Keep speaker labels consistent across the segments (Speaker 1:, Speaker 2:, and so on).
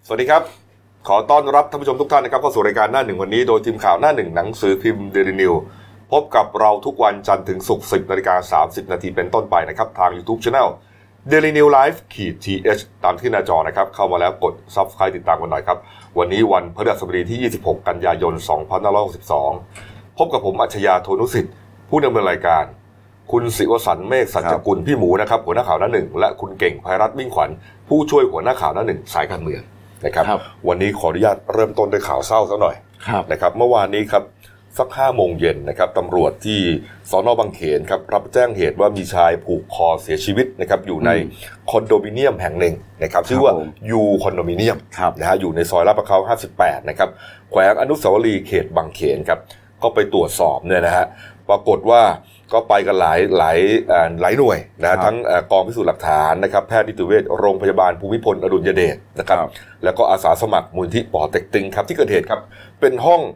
Speaker 1: สวัสดีครับขอต้อนรับท่านผู้ชมทุกท่านนะครับเข้าสู่รายการหน้าหนึ่งวันนี้โดยทีมข่าวหน้าหนึ่งหนังสือพิมพ์ Daily News พบกับเราทุกวันจันทร์ถึงศุกร์ 10:30 น.เป็นต้นไปนะครับทาง YouTube Channel Daily News Live-TH ตามที่หน้าจอนะครับเข้ามาแล้วกด Subscribe ติดตามกันหน่อยครับวันนี้วันพฤหัสบดีที่ 26 กันยายน 2562 พบกับผมอัจฉริยะ โทนุสิทธิ์ผู้ดำเนินรายการคุณศิวสันต์ เมฆสัจกุลพี่หมูนะครับหัวหน้าข่าวหน้าหนึ่งและคุณเก่ง ภัยรัตน์ มิ่งขวัญผู้ช่วยหัวหน้าข่าวหน้าหนึ่งสายการเมืองนะครับวันนี้ขออนุญาตเริ่มต้นด้วยข่าวเศร้าสักหน่อยนะครับเมื่อวานนี้ครับสัก 5 โมงเย็นนะครับตำรวจที่สน.บางเขนครับรับแจ้งเหตุว่ามีชายผูกคอเสียชีวิตนะครับอยู่ในคอนโดมิเนียมแห่งหนึ่งนะครับชื่อว่ายูคอนโดมิเนียมนะฮะอยู่ในซอยลาดพร้าว58นะครับแขวงอนุสาวรีย์เขตบางเขนครับก็ไปตรวจสอบเนี่ยนะฮะปรากฏว่าก็ไปกันหลายหน่วยนะทั้งกองพิสูจน์หลักฐานนะครับแพทย์นิติเวชโรงพยาบาลภูมิพลอดุลยเดชนะครับแล้วก็อาสาสมัครมูลที่ป่อเต็กตึงครับที่เกิดเหตุครับเป็นห้อง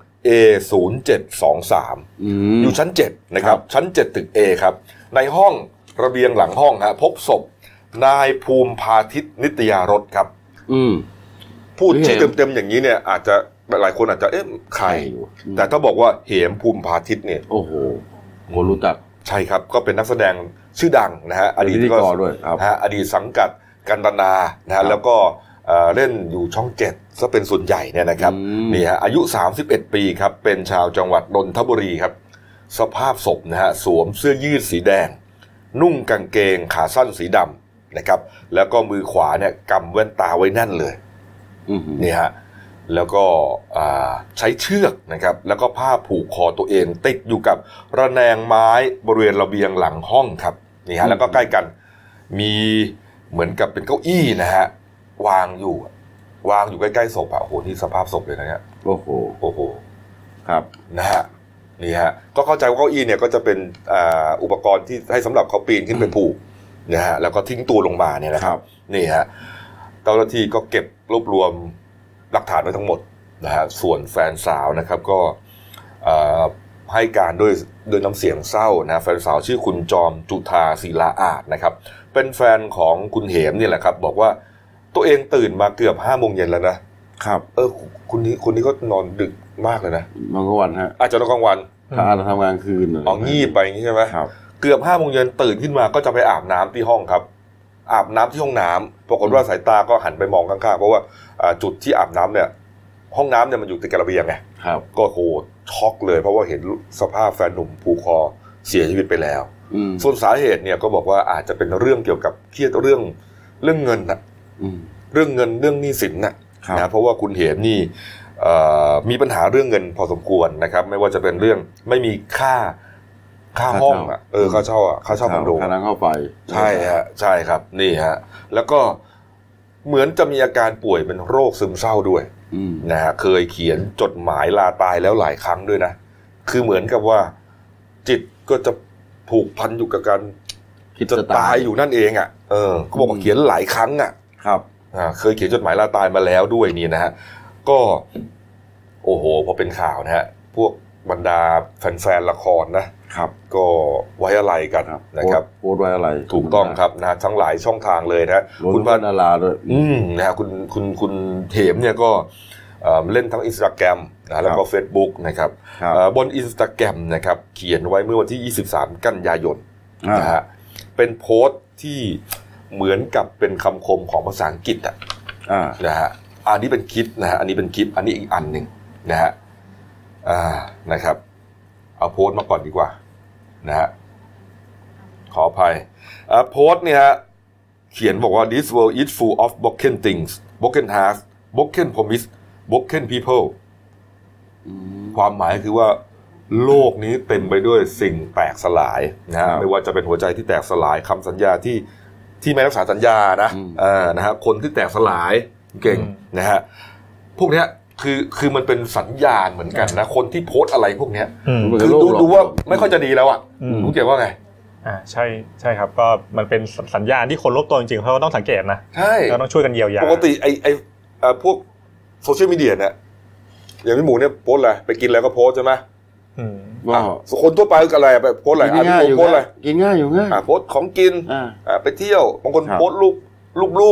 Speaker 1: A0723 อยู่ชั้น7นะครับชั้น7ตึก A ครับในห้องระเบียงหลังห้องฮะพบศพนายภูมิพาทิตนิตยารสครับพูดชื่อเต็มๆอย่างนี้เนี่ยอาจจะหลายคนอาจจะใครแต่ถ้าบอกว่าเหมภูมิพาทิตเนี่ยโอ้โหคนรู้จักใช่ครับก็เป็นนักแสดงชื่อดังนะฮะอดีตก็ด้วยนะฮะอดีตสังกัดกันตนานะฮะแล้วก็เล่นอยู่ช่อง7ซะเป็นส่วนใหญ่เนี่ยนะครับนี่ฮะอายุ31ปีครับเป็นชาวจังหวัดนนทบุรีครับสภาพศพนะฮะสวมเสื้อยืดสีแดงนุ่งกางเกงขาสั้นสีดำนะครับแล้วก็มือขวาเนี่ยกำแว่นตาไว้แน่นเลยนี่ฮะแล้วก็ใช้เชือกนะครับแล้วก็ผ้าผูกคอตัวเองติดอยู่กับระแนงไม้บริเวณระเบียงหลังห้องครับนี่ฮะแล้วก็ใกล้กันมีเหมือนกับเป็นเก้าอี้นะฮะวางอยู่ใกล้ๆศพอ่ะโอ้โหนี่สภาพศพเลยนะเนี่ยโอ้โหครับนะฮะนี่ฮะก็เข้าใจว่าเก้าอี้เนี่ยก็จะเป็นอุปกรณ์ที่ให้สำหรับเขาปีนขึ้นไปผูกนะฮะแล้วก็ทิ้งตัวลงมาเนี่ยนะครับนี่ฮะเจ้าหน้าที่ก็เก็บรวบรวมหลักฐานไว้ทั้งหมดนะฮะส่วนแฟนสาวนะครับก็ให้การด้วยน้ำเสียงเศร้านะแฟนสาวชื่อคุณจอมจุฑาศิลาอาจนะครับเป็นแฟนของคุณเหมนี่แหละครับบอกว่าตัวเองตื่นมาเกือบ 5 โมงเย็นแล้วนะครับคุณนี้ก็นอนดึกมากเลยนะนอนกลางวันฮะอาจจะนอนกลางวันทำงานคืนงีบไปอย่างนี้ใช่ไหมครับเกือบ 5 โมงเย็นตื่นขึ้นมาก็จะไปอาบน้ำที่ห้องครับอาบน้ำที่ห้องน้ำปรากฏว่าสายตาก็หันไปมองข้างๆเพราะว่าจุดที่อาบน้ำเนี่ยห้องน้ำเนี่ยมันอยู่ติดกับระเบียงไงก็โหช็อกเลยเพราะว่าเห็นสภาพแฟนหนุ่มผูกคอเสียชีวิตไปแล้วส่วนสาเหตุเนี่ยก็บอกว่าอาจจะเป็นเรื่องเกี่ยวกับเครียดเรื่องเงินนะเรื่องเงินเรื่องหนี้สินนะเพราะว่าคุณเหมนี่มีปัญหาเรื่องเงินพอสมควรนะครับไม่ว่าจะเป็นเรื่องไม่มีค่าห้องอ่ะค่าเช่าคอนโดค่าน้ำค่าไฟใช่ฮะใช่ครับนี่ฮะแล้วก็เหมือนจะมีอาการป่วยเป็นโรคซึมเศร้าด้วยนะฮะเคยเขียนจดหมายลาตายแล้วหลายครั้งด้วยนะคือเหมือนกับว่าจิตก็จะผูกพันอยู่กับการจะตายอยู่นั่นเองอ่ะเขาบอกว่าเขียนหลายครั้งอ่ะครับเคยเขียนจดหมายลาตายมาแล้วด้วยนี่นะฮะก็โอ้โหพอเป็นข่าวนะฮะพวกบรรดาแฟนๆละครนะครับก็ไว้อะไรกันนะครับโพสไว้อะไรถูกต้องครับนะทั้งหลายช่องทางเลยนะคุณพันนาราด้วยนะฮะคุณเหมเนี่ยก็เล่นทั้ง Instagram นะแล้วก็ Facebook นะครับบน Instagram นะครับเขียนไว้เมื่อวันที่23กันยายนนะฮะเป็นโพสต์ที่เหมือนกับเป็นคำคมของภาษาอังกฤษนะฮะอันนี้เป็นคลิปนะฮะอันนี้เป็นคลิปอันนี้อีกอันหนึ่งนะฮะนะครับเอาโพสต์มาก่อนดีกว่านะฮะขออภัยโพสต์เนี่ยฮะเขียนบอกว่า this world is full of broken things broken hearts broken promise broken people ความหมายคือว่าโลกนี้เต็มไปด้วยสิ่งแตกสลายนะฮะไม่ว่าจะเป็นหัวใจที่แตกสลายคำสัญญาที่ไม่รักษาสัญญานะฮะคนที่แตกสลายเก่งนะฮะพวกเนี้ยคือมันเป็นสัญญาณเหมือนกันนะคนที่โพสอะไรพวกเนี้ยคือดูว่าไม่ค่อยจะดีแล้วอ่ะรู้เกี่ยวว่าไง
Speaker 2: ใช่ครับก็มันเป็นสัญญาณที่คนรอบตัวจริงๆเขาต้องสังเกตนะ
Speaker 1: ใช่
Speaker 2: เราต้องช่วยกันเยียวยา
Speaker 1: ปกติไอพวกโซเชียลมีเดียเนี่ยอย่างพี่หมูเนี่ยโพสอะไรไปกินแล้วก็โพสใช่ไหมคนทั่วไปก็อะไรไปโพสอะไร
Speaker 3: โพสอะไรกินง่ายอยู่ง่าย
Speaker 1: โพสของกินไปเที่ยวบางคนโพสลูก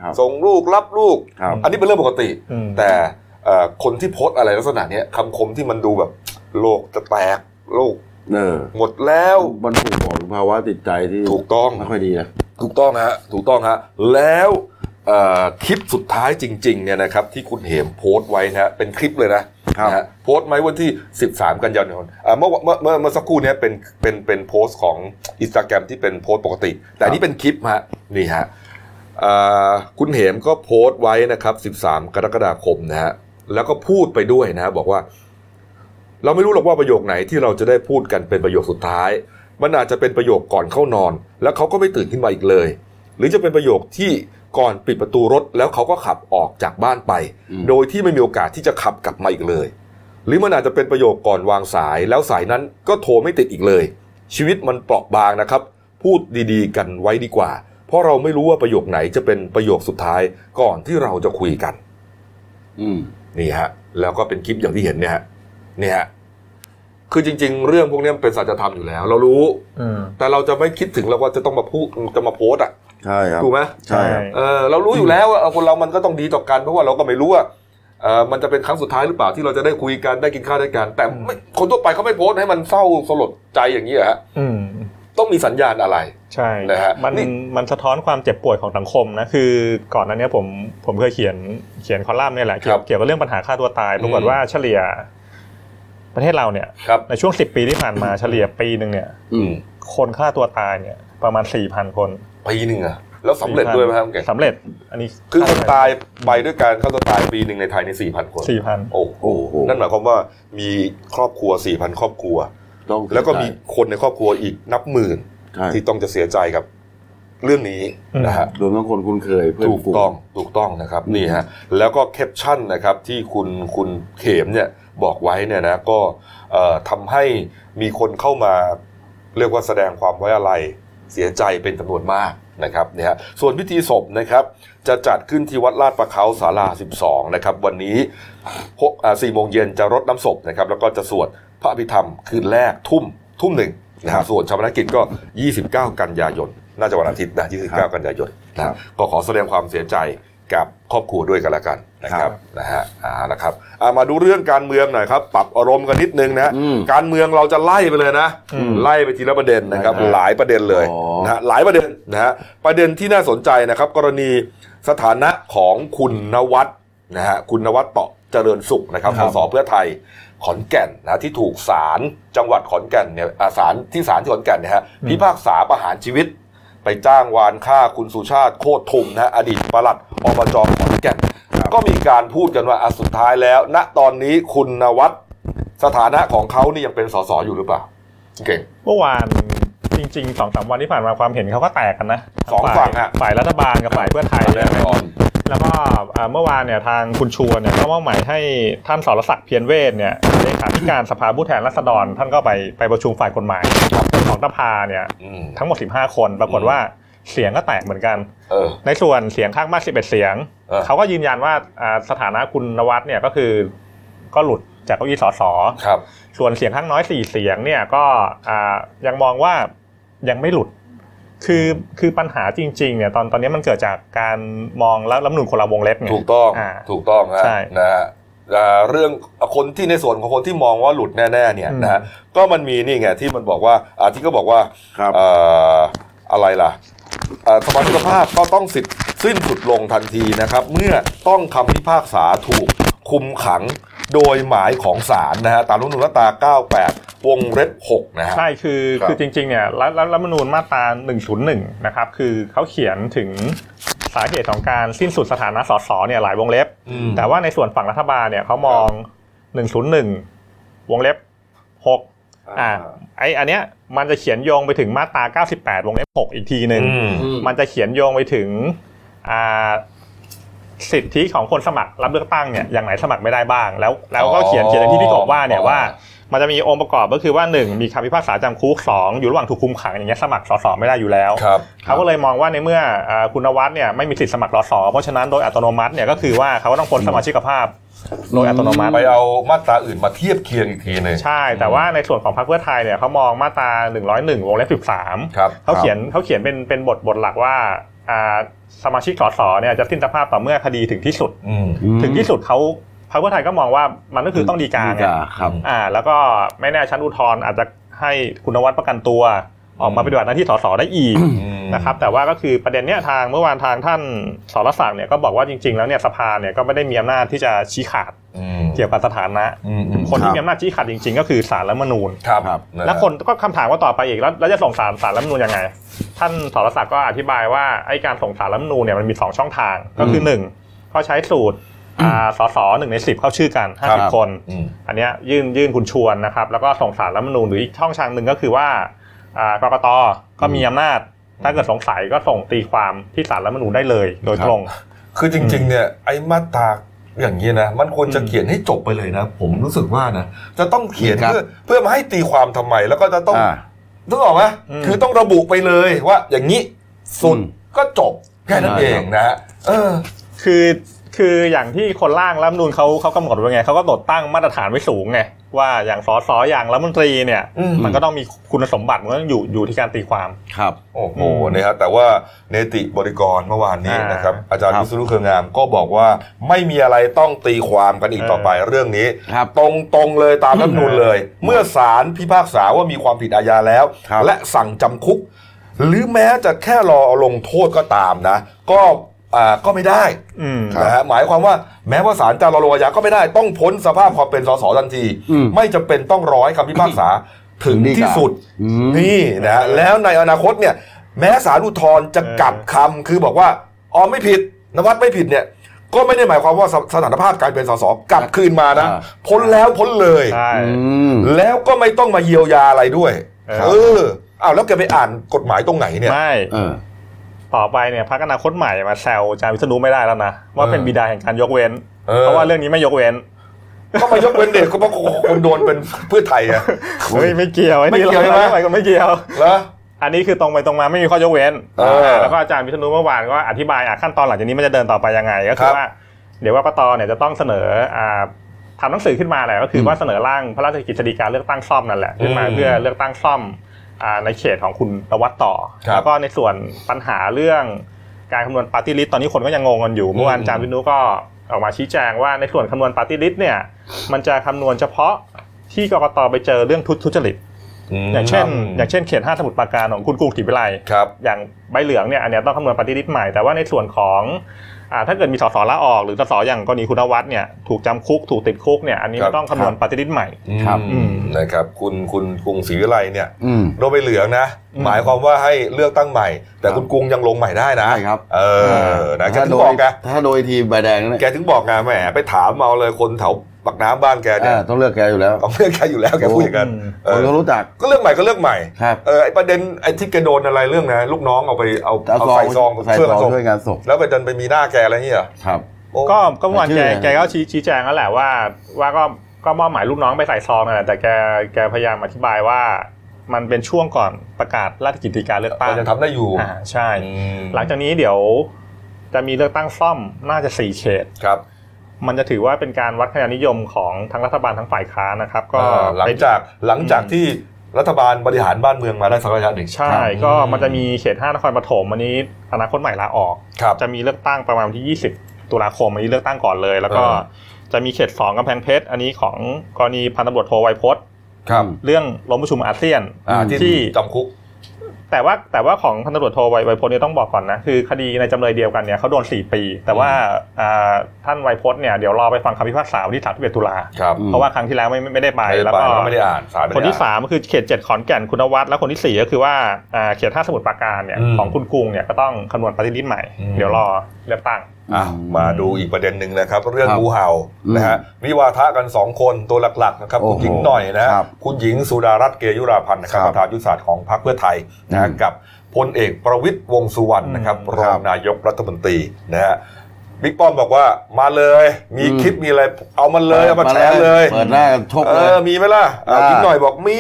Speaker 1: ส่งลูกรับลูกอันนี้เป็นเรื่องปกติแต่คนที่โพสอะไรลักษณะนี้คำคมที่มันดูแบบโลกจะแตกโลกหมดแล้ว
Speaker 3: มันถูกบอกถึงภาวะจิตใจที่
Speaker 1: ถูกต้อง
Speaker 3: ไม่ค่อยดีนะ
Speaker 1: ถูกต้องฮะถูกต้องฮะแล้วคลิปสุดท้ายจริงๆเนี่ยนะครับที่คุณเหมโพสต์ไว้นะเป็นคลิปเลยนะโพสต์ไว้วันที่13กันยายนเมื่อสักครู่นี้เป็นโพสต์ของ Instagram ที่เป็นโพสต์ปกติแต่นี่เป็นคลิปฮะนี่ฮะคุณเหมก็โพสต์ไว้นะครับ13กรกฎาคมนะฮะแล้วก็พูดไปด้วยนะบอกว่าเราไม่รู้หรอกว่าประโยคไหนที่เราจะได้พูดกันเป็นประโยคสุดท้ายมันอาจจะเป็นประโยคก่อนเข้านอนแล้วเขาก็ไม่ตื่นขึ้นมาอีกเลยหรือจะเป็นประโยคที่ก่อนปิดประตูรถแล้วเขาก็ขับออกจากบ้านไปโดยที่ไม่มีโอกาสที่จะขับกลับมาอีกเลยหรือมันอาจจะเป็นประโยคก่อนวางสายแล้วสายนั้นก็โทรไม่ติดอีกเลยชีวิตมันเปราะบางนะครับพูดดีๆกันไว้ดีกว่าเพราะเราไม่รู้ว่าประโยคไหนจะเป็นประโยคสุดท้ายก่อนที่เราจะคุยกันนี่ฮะแล้วก็เป็นคลิปอย่างที่เห็นเนี่ยฮะเนี่ยคือจริงๆเรื่องพวกนี้เป็นสัจธรรมอยู่แล้วเรารู้แต่เราจะไม่คิดถึงแล้วว่าจะต้องมาพูดจะมาโพสอ่ะ
Speaker 3: ใช่ครับ
Speaker 1: ถูกไหม
Speaker 3: ใช่
Speaker 1: เรารู้อยู่แล้วว่าคนเรามันก็ต้องดีต่อกันเพราะว่าเราก็ไม่รู้ว่ามันจะเป็นครั้งสุดท้ายหรือเปล่าที่เราจะได้คุยกันได้กินข้าวด้วยกันแต่คนทั่วไปเขาไม่โพสให้มันเศร้าสลดใจอย่างนี้ฮะต้องมีสัญญาณอะไร
Speaker 2: ใช่
Speaker 1: นะฮะ
Speaker 2: มันสะท้อนความเจ็บปวดของสังคมนะคือก่อนหน้านี้ผมเคยเขียนคอลัมน์เนี่ยแหละเกี่ยวกับเรื่องปัญหาฆ่าตัวตายปรากฏว่าเฉลี่ยประเทศเราเนี่ยในช่วง10ปีที่ผ่านมาเฉลี่ยปีนึงเนี่ยคนฆ่าตัวตายเนี่ยประมาณ 4,000 คน
Speaker 1: ปีนึงอะแล้วสำเร็จด้วยไหมครับ
Speaker 2: สำเร็จอันนี้
Speaker 1: คือคนตายไปด้วยการฆ่าตัวตายปีนึงในไทยใน 4,000 คน
Speaker 2: 4,000
Speaker 1: โอ้โหนั่นหมายความว่ามีครอบครัว 4,000 ครอบครัวแล้วก็มีคนในครอบครัวอีกนับหมื่นที่ต้องจะเสียใจกับเรื่องนี้นะฮะ
Speaker 3: รวมทั้งคนคุ้นเคย
Speaker 1: ถูกต้องนะครับนี่ฮะแล้วก็แคปชั่นนะครับที่คุณเขมเนี่ยบอกไว้เนี่ยนะก็ทำให้มีคนเข้ามาเรียกว่าแสดงความไว้อาลัยเสียใจเป็นจำนวนมากนะครับเนี่ยฮะส่วนพิธีศพนะครับจะจัดขึ้นที่วัดลาดประเขาศาลา12นะครับวันนี้4 โมงเย็นจะรดน้ำศพนะครับแล้วก็จะสวดพระอภิธรรมคืนแรกทุ่ม 1นะฮะส่วนชาปนกิจก็29กันยายนน่าจะวันอาทิตย์นะ29กันยายนนะก็ขอแสดงความเสียใจกับครอบครัวด้วยกันละกันนะครับนะฮะนะครับมาดูเรื่องการเมืองหน่อยครับปรับอารมณ์กันนิดนึงนะการเมืองเราจะไล่ไปเลยนะไล่ไปทีละประเด็นนะครับหลายประเด็นเลยนะหลายประเด็นนะฮะประเด็นที่น่าสนใจนะครับกรณีสถานะของคุณนวัดนะฮะคุณนวัดเปาะเจริญสุขนะครับสสเพื่อไทยขอนแก่นนะที่ถูกศาลจังหวัดขอนแก่นเนี่ยศาลที่ขอนแก่นเนี่ยฮะพิพากษาประหารชีวิตไปจ้างวานฆ่าคุณสุชาติโคตรทุมนะอดีตปลัดอบจ.ขอนแก่นก็มีการพูดกันว่าสุดท้ายแล้วณตอนนี้คุณนวัดสถานะของเขานี่ยังเป็นสสอยู่หรือเปล่าเก่ง
Speaker 2: เมื่อวานจริงๆ 2-3 วันที่ผ่านมาความเห็นเขาก็แตกกันนะ
Speaker 1: 2 ฝั่งฮะ
Speaker 2: ฝ่ายรัฐบาลกับฝ่ายเพื่อไทยแล้วก็เมื่อวานเนี่ยทางคุณชวนเนี่ยก็มอบหมายให้ท่านสรศักดิ์เพียรเวชเนี่ยเลขาธิการสภาผู้แทนราษฎรท่านก็ไปประชุมฝ่ายกฎหมายของสภาเนี่ยทั้งหมด15 คนปรากฏว่าเสียงก็แตกเหมือนกันในส่วนเสียงข้างมาก11 เสียงเขาก็ยืนยันว่าสถานะคุณนวัดเนี่ยก็หลุดจากเก้าอี้สสส่วนเสียงข้างน้อย4 เสียงเนี่ยก็ยังมองว่ายังไม่หลุดคือปัญหาจริงๆเนี่ยตอนนี้มันเกิดจากการมองแล้วรัฐธรรมนูญคนละวงเล็บไง
Speaker 1: ถูกต้องนะฮะเรื่องคนที่ในส่วนของคนที่มองว่าหลุดแน่ๆเนี่ยนะฮะก็มันมีนี่ไงที่มันบอกว่าที่ก็บอกว่าอะไรล่ะสมาชิกภาพก็ต้องสิทธิ์สิ้นสุดลงทันทีนะครับเมื่อต้องคำพิพากษาถูกคุมขังโดยหมายของศาลนะฮะตามรัฐธรรมนูญมาตรา98วงเล็บ6นะฮะ
Speaker 2: ใช่คือจริงๆเนี่ยรัฐธรรมนูญมาตรา101นะครับคือเขาเขียนถึงสาเหตุของการสิ้นสุดสถานะสสเนี่ยหลายวงเล็บแต่ว่าในส่วนฝั่งรัฐบาลเนี่ยเขามอง101วงเล็บ6อันเนี้ยมันจะเขียนโยงไปถึงมาตรา98วงเล็บ6อีกทีนึงมันจะเขียนโยงไปถึงสิทธิของคนสมัครรับเลือกตั้งเนี่ยอย่างไหนสมัครไม่ได้บ้างแล้วก็เขียนอย่างที่พี่กบว่าเนี่ยว่ามันจะมีองค์ประกอบก็คือว่า1มีคำพิพากษาจำคุก2อยู่ระหว่างถูกคุมขังอย่างเงี้ยสมัครสสไม่ได้อยู่แล้วเขาก็เลยมองว่าในเมื่อคุณนวัดเนี่ยไม่มีสิทธิสมัครสสเพราะฉะนั้นโดยอัตโนมัติเนี่ยก็คือว่าเขาก็ต้องพ้นสมาชิกภาพโดยอัตโนมัติ
Speaker 1: ไปเอามาตราอื่นมาเทียบเคียงอีกทีนึง
Speaker 2: ใช่แต่ว่าในส่วนของพรรคเพื่อไทยเนี่ยเขามองมาตรา101วงเล็บ13เขาเขียนเป็นบทหลักว่าสมาชิกสสเนี่ยจะสิ้นสภาพต่อเมื่อคดีถึงที่สุด ถึงที่สุดเขาพรรคเพื่อไทยก็มองว่ามันก็คือต้องฎีกาไงแล้วก็ไม่แน่ชั้นอุทธรณ์อาจจะให้คุณนวัดประกันตัวออกมาปฏิบัติหน้าที่สสได้อีกนะครับแต่ว่าก็คือประเด็นเนี้ยทางเมื่อวานทางท่านสรศักดิ์เนี่ยก็บอกว่าจริงๆแล้วเนี่ยสภาเนี่ยก็ไม่ได้มีอำนาจที่จะชี้ขาดเกี่ยวกับสถานะคนที่มีอำนาจชี้ขาดจริงๆก็คือศาลรัฐธรรมนูญแล้วคนก็คำถามว่าต่อไปอีกแล้วจะส่งศาลรัฐธรรมนูญยังไงท่านสรศักดิ์ก็อธิบายว่าไอ้การส่งศาลรัฐธรรมนูญเนี่ยมันมี2ช่องทางก็คือ1ก็ใช้สูตรสส1 ใน 10เข้าชื่อกัน50คนอันเนี้ยยื่นคุณชวนนะครับแล้วก็ส่งศาลรัฐธรรมนูญหรืออีกช่องทางนึงก็คือว่ากกต.ก็มีอำนาจถ้าเกิดสงสัยก็ส่งตีความที่ศาลรัฐธรรมนูญได้เลยโดยตรง
Speaker 1: คือจริงๆเนี่ยไอ้มาตราอย่างนี้นะมันควรจะเขียนให้จบไปเลยนะผมรู้สึกว่านะจะต้องเขียนเพื่อมาให้ตีความทำไมแล้วก็จะต้องนึกออกไหมคือต้องระบุไปเลยว่าอย่างนี้สุดก็จบแค่นั้นเองนะ
Speaker 2: คืออย่างที่คนร่างรัฐธรรมนูญเขากำหนดไว้ไงเขาก็ตั้งมาตรฐานไว้สูงไงว่าอย่างสสอย่างรัฐมนตรีเนี่ยมันก็ต้องมีคุณสมบัติมันก็อยู่ที่การตีความ
Speaker 1: ครับโอ้โหเนี่ยครับแต่ว่าเนติบริกรเมื่อวานนี้นะครับอาจารย์วิษณุเครืองามก็บอกว่าไม่มีอะไรต้องตีความกันอีกต่อไปเรื่องนี้ตรงเลยตามรัฐธรรมนูญเลยเมื่อศาลพิพากษาว่ามีความผิดอาญาแล้วและสั่งจำคุกหรือแม้จะแค่รอลงโทษก็ตามนะก็ไม่ได้นะฮะหมายความว่าแม้ว่าศาลจะรอลงอาญาก็ไม่ได้ต้องพ้นสภาพความเป็นสสทันทีไม่จำเป็นต้องรอให้คำพิพากษาถึงที่สุดนี่นะแล้วในอนาคตเนี่ยแม้ศาลอุทธรณ์จะกลับคำคือบอกว่าไม่ผิดนวัดไม่ผิดเนี่ยก็ไม่ได้หมายความว่าสถานภาพการเป็นสสกลับคืนมานะพ้นแล้วพ้นเลยแล้วก็ไม่ต้องมาเยียวยาอะไรด้วยแล้วแกไปอ่านกฎหมายตรงไหนเนี่ย
Speaker 2: ไม่ต่อไปเนี่ยพรรคอนาคตใหม่มาแซวอาจารย์วิษณุไม่ได้แล้วนะว่าเป็นบิดาแห่งการยกเว้นเพราะว่าเรื่องนี้ไม่ยกเว้น
Speaker 1: ก็มายกเว้นเด็กก็เพราะคนโดนเป็นเพื่อไทยอะ
Speaker 2: ไม่เกี่ยวไม่เกี่ยวไม่เกี่ยว
Speaker 1: แล้ว
Speaker 2: อันนี้คือตรงไปตรงมาไม่มีข้อยกเว้นแล้วก็อาจารย์วิษณุเมื่อวานก็อธิบายขั้นตอนหลังจากนี้มันจะเดินต่อไปยังไงก็คือว่าเดี๋ยวกกต.เนี่ยจะต้องเสนอทำหนังสือขึ้นมาแหละก็คือว่าเสนอร่างพระราชกฤษฎีกาเลือกตั้งซ่อมนั่นแหละขึ้นมาเพื่อเลือกตั้งซ่อมในเขตของคุณนวัดต่อแล้วก็ในส่วนปัญหาเรื่องการคำนวณปาร์ตี้ลิสต์ตอนนี้คนก็ยังงงกันอยู่เมื่อวานอาจารย์วิษณุก็ออกมาชี้แจงว่าในส่วนคำนวณปาร์ตี้ลิสต์เนี่ยมันจะคำนวณเฉพาะที่กกต.ไปเจอเรื่องทุจริตอย่างเช่นเขต5สมุทรปราการของคุณกรุงศรีวิไลอย่างใบเหลืองเนี่ยอันนี้ต้องคำนวณปาร์ตี้ลิสต์ใหม่แต่ว่าในส่วนของถ้าเกิดมีสสลาออกหรือสสอย่างกรณีคุณนวัดเนี่ยถูกจำคุกถูกติดคุกเนี่ยอันนี้ไม่ต้องคำนวณปฏิทินใหม่
Speaker 1: ครับนะครับคุณกรุงศรีวิไลเนี่ยโดนใบเหลืองนะหมายความว่าให้เลือกตั้งใหม่แต่คุณกรุงยังลงใหม่ได้นะ
Speaker 3: ใช่ครับ
Speaker 1: นะแกถึงบอกไง
Speaker 3: ถ้าโดยทีใบแดงเนี่ย
Speaker 1: แกถึงบอกไงแหมไปถามเอาเลยคนแถวปากน้ำบ้านแกเนี่ย
Speaker 3: ต้องเลือกแกอยู่แล้ว
Speaker 1: ต้องเลือกแกอยู่แล้วแกพูดอย่างนั้น
Speaker 3: คนก็รู้จัก
Speaker 1: ก็เลือกใหม่ก็เลือกใหม่ไอ้ประเด็นไอ้ที่แกโดนอะไรเรื่องนะลูกน้องเอาใส่ซองช่
Speaker 3: วยงานศพ
Speaker 1: แล้วไปดันไปมีหน้าแกอะไรนี่เหรอ
Speaker 3: ครับ
Speaker 2: ก็เมื่อวานแกก็ชี้แจงแล้วแหละว่าก็มอบหมายลูกน้องไปใส่ซองนั่นแหละแต่แกพยายามอธิบายว่ามันเป็นช่วงก่อนประกาศราชกิจการเลือกตั้ง
Speaker 1: จะทำได้อยู่
Speaker 2: ใช่หลังจากนี้เดี๋ยวจะมีเลือกตั้งซ่อมน่าจะ4เขต
Speaker 1: ครับ
Speaker 2: มันจะถือว่าเป็นการวัดคะแนนนิยมของทั้งรัฐบาลทั้งฝ่ายค้านนะครับก็
Speaker 1: หลังจากที่รัฐบาลบริหารบ้านเมืองมาได้สักระยะหนึ่ง
Speaker 2: ใช่ก็มันจะมีเขต5นครปฐมวันนี้อนาคตใหม่ลาออกจะมีเลือกตั้งประมาณวันที่20ตุลาคมวันนี้เลือกตั้งก่อนเลยแล้วก็จะมีเขต2กำแพงเพชรอันนี้ของกรณีพันตำรวจโทไวยพจน์เรื่องล้มประชุมอาเซียนที่
Speaker 1: จำคุก
Speaker 2: แต่ว่าของพันตำรวจโทไวยพจน์เนี่ยต้องบอกก่อนนะคือคดีในจำเลยเดียวกันเนี่ยเขาโดน4ปีแต่ว่าท่านไวยพจน์เนี่ยเดี๋ยวรอไปฟังคำพิพากษาวันที่31ตุลาเพราะว่าครั้งที่แล้วไม่ได้ไปแล้วก็
Speaker 1: ไม่ได้อ่าน
Speaker 2: คนที่3ก็คือเขต7ขอนแก่นคุณนวัดแล้วคนที่4ก็คือว่าเขต5สมุทรปราการเนี่ยของคุณกรุงเนี่ยก็ต้องคำนวณปฏิทินใหม่เดี๋ยวรอเลือกตั้ง
Speaker 1: มาดูอีกประเด็นหนึ่งนะครับเรื่องงูเห่านะฮะวิวาทะกัน2คนตัวหลักๆนะครับคุณหญิงหน่อยนะคุณหญิงสุดารัตน์เกยุราพันธ์นะครับประธานยุทธศาสตร์ของพรรคเพื่อไทยนะกับพลเอกประวิตรวงษ์สุวรรณนะครับรองนายกรัฐมนตรีนะฮะบิ๊กป้อมบอกว่ามาเลยมีคลิปมีอะไรเอามันเลยเอามาแชร์เลย
Speaker 3: เปิดหน้าชกเลย
Speaker 1: มีไหมล่ะหญิงหน่อยบอกมี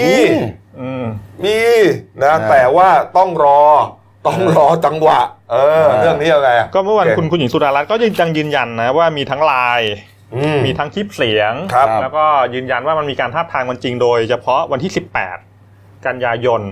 Speaker 1: นะแต่ว่าต้องรอจังหวะเรื่องนี้ยังไง
Speaker 2: ก็เมื่อวานคุณหญิงสุดารัตน์ก็ยังยืนยันนะว่ามีทั้งไลน์มีทั้งคลิปเสียงแล้วก็ยืนยันว่ามันมีการทาบทามกันจริงโดยเฉพาะวันที่18กันยายน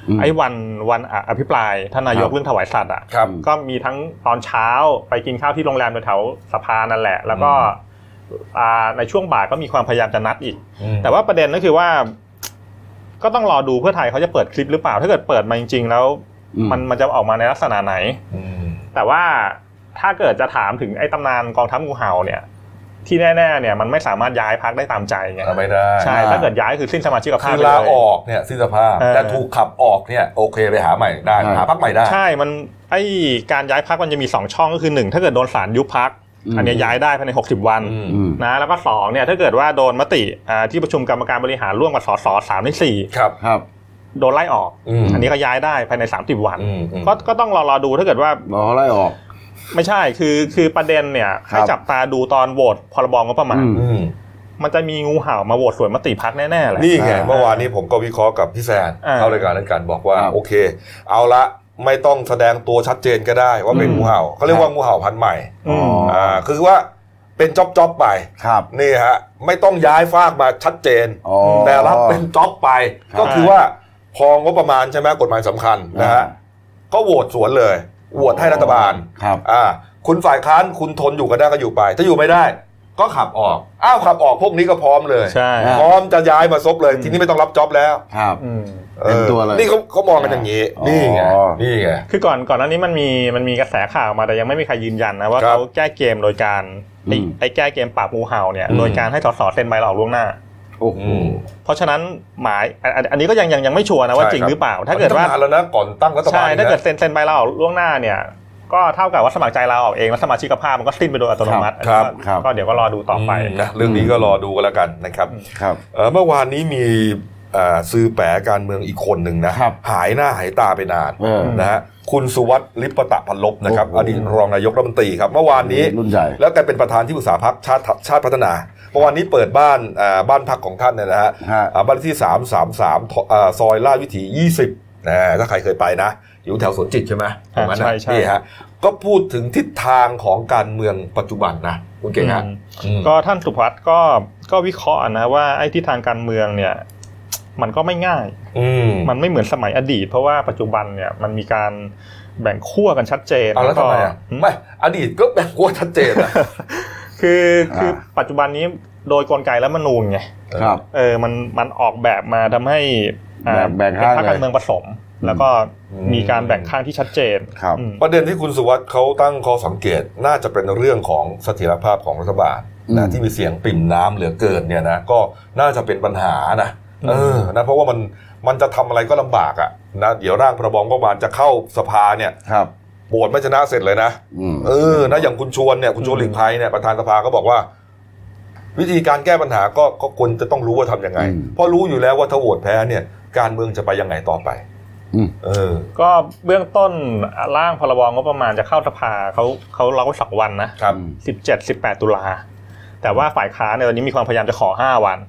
Speaker 2: ไอ้วันอภิปรายท่านนายกเรื่องถวายสัตว์อ่ะก็มีทั้งตอนเช้าไปกินข้าวที่โรงแรมแถวสภานั่นแหละแล้วก็ในช่วงบ่ายก็มีความพยายามจะนัดอีกแต่ว่าประเด็นก็คือว่าก็ต้องรอดูเพื่อไทยเขาจะเปิดคลิปหรือเปล่าถ้าเกิดเปิดมาจริงๆแล้วมันจะออกมาในลักษณะไหนแต่ว่าถ้าเกิดจะถามถึงไอ้ตำนานกองทัพงูเห่าเนี่ยที่แน่ๆเนี่ยมันไม่สามารถย้ายพรรคได้ตามใจไง
Speaker 1: ไม่ได้
Speaker 2: ใช่ถ้าเกิดย้ายคือสิ้นสมาชิกภาพ
Speaker 1: คือลาออกเนี่ยสิ้นสภาพแต่ถูกขับออกเนี่ยโอเคไปหาใหม่ได้หาพรรคใหม่ได้
Speaker 2: ใช่มันไอ้การย้ายพรรคมันจะมี2ช่องก็คือ1ถ้าเกิดโดนศาลยุบพรรคอันนี้ย้ายได้ภายใน60วันนะแล้วก็2เนี่ยถ้าเกิดว่าโดนมติที่ประชุมกรรมการบริหารร่วมกับสส3ใน4
Speaker 3: ครับ
Speaker 2: โดนไล่ออกอันนี้ก็ย้ายได้ภายใน30วันก็ต้องรอดูถ้าเกิดว่าร
Speaker 3: อไล่ออก
Speaker 2: ไม่ใช่คือประเด็นเนี่ยให้จับตาดูตอนโหวตพรบงบประมาณมันจะมีงูเห่ามาโหวตสวนมติพรรคแน่ๆเลย
Speaker 1: นี่ไงเมื่อวานนี้ผมก็วิเคราะห์กับพี่แซนเข้ารายการนั้นกันบอกว่าโอเคเอาละไม่ต้องแสดงตัวชัดเจนก็ได้ว่าเป็นงูเห่าเขาเรียกว่างูเห่าพันธุ์ใหม่คือว่าเป็นจ๊อบไปนี่ฮะไม่ต้องย้ายฟากมาชัดเจนแต่รับเป็นจ๊อบไปก็คือว่าพองบประมาณใช่ไหมกฎหมายสำคัญนะฮะก็โหวตสวนเลยโหวตให้รัฐบาลคุณฝ่ายค้านคุณทนอยู่กันได้ก็อยู่ไปถ้าอยู่ไม่ได้ก็ขับออกขับออกพวกนี้ก็พร้อมเลยพร้อมจะย้ายมาซบเลยทีนี้ไม่ต้องรับจ็อบแล้ว
Speaker 3: เป็นตัวเลย
Speaker 1: นี่เขามองกันอย่างนี้นี่ไง
Speaker 2: คือก่อนหน้านี้มันมีกระแสข่าวมาแต่ยังไม่มีใครยืนยันนะว่าเขาแก้เกมโดยการไอ้แก้เกมปราบงูเห่าเนี่ยโดยการให้สสเซ็นใบลาออกล่วงหน้าเพราะฉะนั้นหมายอันนี้ก็ยังไม่ชัวร์นะว่าจริงหรือเปล่าถ้าเกิดว่า
Speaker 1: แล้วนะก่อนตั้งรัฐบาล
Speaker 2: ใช่ถ้าเกิดเซ็นใบลาออกล่วงหน้าเนี่ยก็เท่ากับว่าสมัครใจลาออกเองแล้วสมาชิกภาพมันก็สิ้นไปโดยอัตโนมัติก็เดี๋ยวก็รอดูต่อไป
Speaker 1: นะเรื่องนี้ก็รอดูกันแล้วกันนะครับเมื่อวานนี้มีซื้อแปะการเมืองอีกคนหนึ่งนะหายหน้าหายตาไปนานนะฮะคุณสุวัสดิ์ลิปตะพันลบนะครับอดีตรองนายกรัฐมนตรีครับเมื่อวานนี้แล้วแกเป็นประธานที่ปรึกษาพรรคชาติพัฒนาเมื่อวานนี้เปิดบ้านพักของท่านเนี่ยนะฮะบ้านที่333ซอยลาดวิถี20ถ้าใครเคยไปนะอยู่แถวสวนจิตใช่ไหม
Speaker 2: ใช่
Speaker 1: นี่ฮะก็พูดถึงทิศทางของการเมืองปัจจุบันนะคุณเก่งฮะ
Speaker 2: ก็ท่านสุภัทรก็วิเคราะห์นะว่าไอ้ทิศทางการเมืองเนี่ยมันก็ไม่ง่ายมันไม่เหมือนสมัยอดีตเพราะว่าปัจจุบันเนี่ยมันมีการแบ่งขั้วกันชัดเจน
Speaker 1: แล้วทำไมไม่อดีตก็แบ่งขั้วชัดเจนอะ
Speaker 2: คือปัจจุบันนี้โดยกลไกรัฐธรรมนูญไงมันออกแบบมาทำให้
Speaker 3: แบ่ง
Speaker 2: พรรคการเมืองผสมแล้วก็มีการแบ่งข้างที่ชัดเจน
Speaker 1: ประเด็นที่คุณสุวัสดิ์เขาตั้งข้อสังเกตน่าจะเป็นเรื่องของเสถียรภาพของรัฐบาลนะที่มีเสียงปริ่มน้ำเหลือเกินเนี่ยนะก็น่าจะเป็นปัญหานะนะเพราะว่ามันจะทำอะไรก็ลำบากอ่ะนะเดี๋ยวร่างพรบงบประมาณจะเข้าสภาเนี่ยโหวตไม่ชนะเสร็จเลยนะนะอย่างคุณชวนเนี่ยคุณชวนหลีกภัยเนี่ยประธานสภาก็บอกว่าวิธีการแก้ปัญหาก็ควรจะต้องรู้ว่าทำยังไงเพราะรู้อยู่แล้วว่าถ้าโหวตแพ้เนี่ยการเมืองจะไปยังไงต่อไป
Speaker 2: ก็เบื้องต้นร่างพรบงบประมาณจะเข้าสภาเขาล็อกไว้2วันนะ17-18 ตุลาแต่ว่าฝ่ายค้านเนี่ยตอนนี้มีความพยายามจะขอ5วัน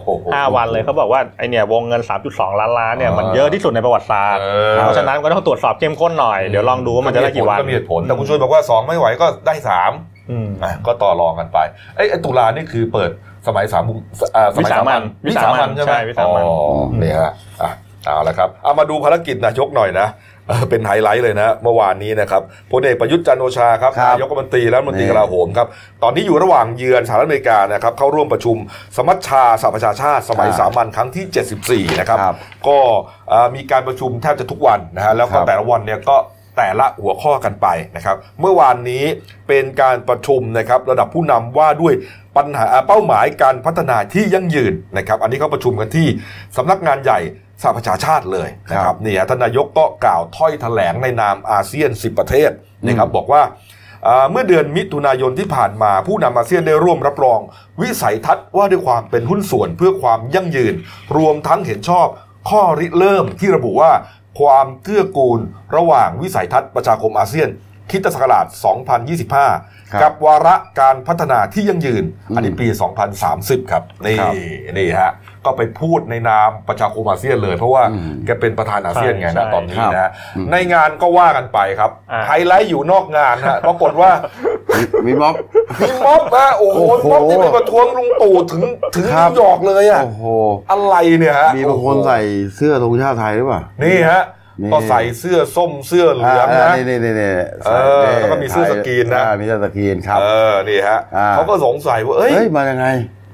Speaker 2: 5วันเลยเขาบอกว่าไอเนี่ยวงเงิน 3.2 ล้านเนี่ยมันเยอะที่สุดในประวัติศาสตร์เพราะฉะนั้นก็ต้องตรวจสอบเข้มข้นหน่อยเดี๋ยวลองดูว่ามันจะได้กี่วัน
Speaker 1: ก็มีเหตุผลแต่คุณชวนบอกว่า2ไม่ไหวก็ได้3ก็ต่อรองกันไปไอ้ตุลานี่คือเปิดสมัย
Speaker 2: วิสามัญ
Speaker 1: ใช่ไหมเนี่ยฮะเอาละครับเอามาดูภารกิจนายกหน่อยนะเป็นไฮไลท์เลยนะเมื่อวานนี้นะครับพลเอกประยุทธ์จันทร์โอชาครับนายกรัฐมนตรีและรัฐมนตรีกลาโหมครับตอนนี้อยู่ระหว่างเยือนสหรัฐอเมริกานะครับเข้าร่วมประชุมสมัชชาสหประชาชาติสมัยสามัญครั้งที่74นะครับก็มีการประชุมแทบจะทุกวันนะฮะแล้วก็แต่ละวันเนี่ยก็แต่ละหัวข้อกันไปนะครับเมื่อวานนี้เป็นการประชุมนะครับระดับผู้นำว่าด้วยปัญหาเป้าหมายการพัฒนาที่ยั่งยืนนะครับอันนี้เขาประชุมกันที่สำนักงานใหญ่สหประชาชาติเลยนะครับนี่ท่านนายกก็กล่าวถ้อยแถลงในนามอาเซียน10ประเทศนะครับบอกว่าเมื่อเดือนมิถุนายนที่ผ่านมาผู้นำอาเซียนได้ร่วมรับรองวิสัยทัศน์ว่าด้วยความเป็นหุ้นส่วนเพื่อความยั่งยืนรวมทั้งเห็นชอบข้อริเริ่มที่ระบุว่าความเกื้อกูลระหว่างวิสัยทัศน์ประชาคมอาเซียนคริสตศักราช 2025 กับวาระการพัฒนาที่ยั่งยืนอันนี้ปี 2030 ครับนี่ฮะก็ไปพูดในนามประชาคมอาเซียนเลยเพราะว่าแกเป็นประธานอาเซียนไงนะตอนนี้นะในงานก็ว่ากันไปครับไฮไลท์อยู่นอกงานฮะปรากฏว่า
Speaker 3: มีม็อบ
Speaker 1: นะโอ้โหม็อบที่ไปประท้วงลุงตู่ถึงนิวยอร์กเลยอ่ะอะไรเนี่ยฮะ
Speaker 3: มีบางคนใส่เสื้อธงชาติไทยหรือเปล่า
Speaker 1: นี่ฮะก็ใส่เสื้อส้มเสื้อเหลืองนะ
Speaker 3: นี่
Speaker 1: แล้วก็มีเสื้อสกรีนนะ
Speaker 3: มีเสื้อสกรีนครับ
Speaker 1: นี่ฮะเขาก็สงสัยว่าเอ้ย
Speaker 3: มายังไง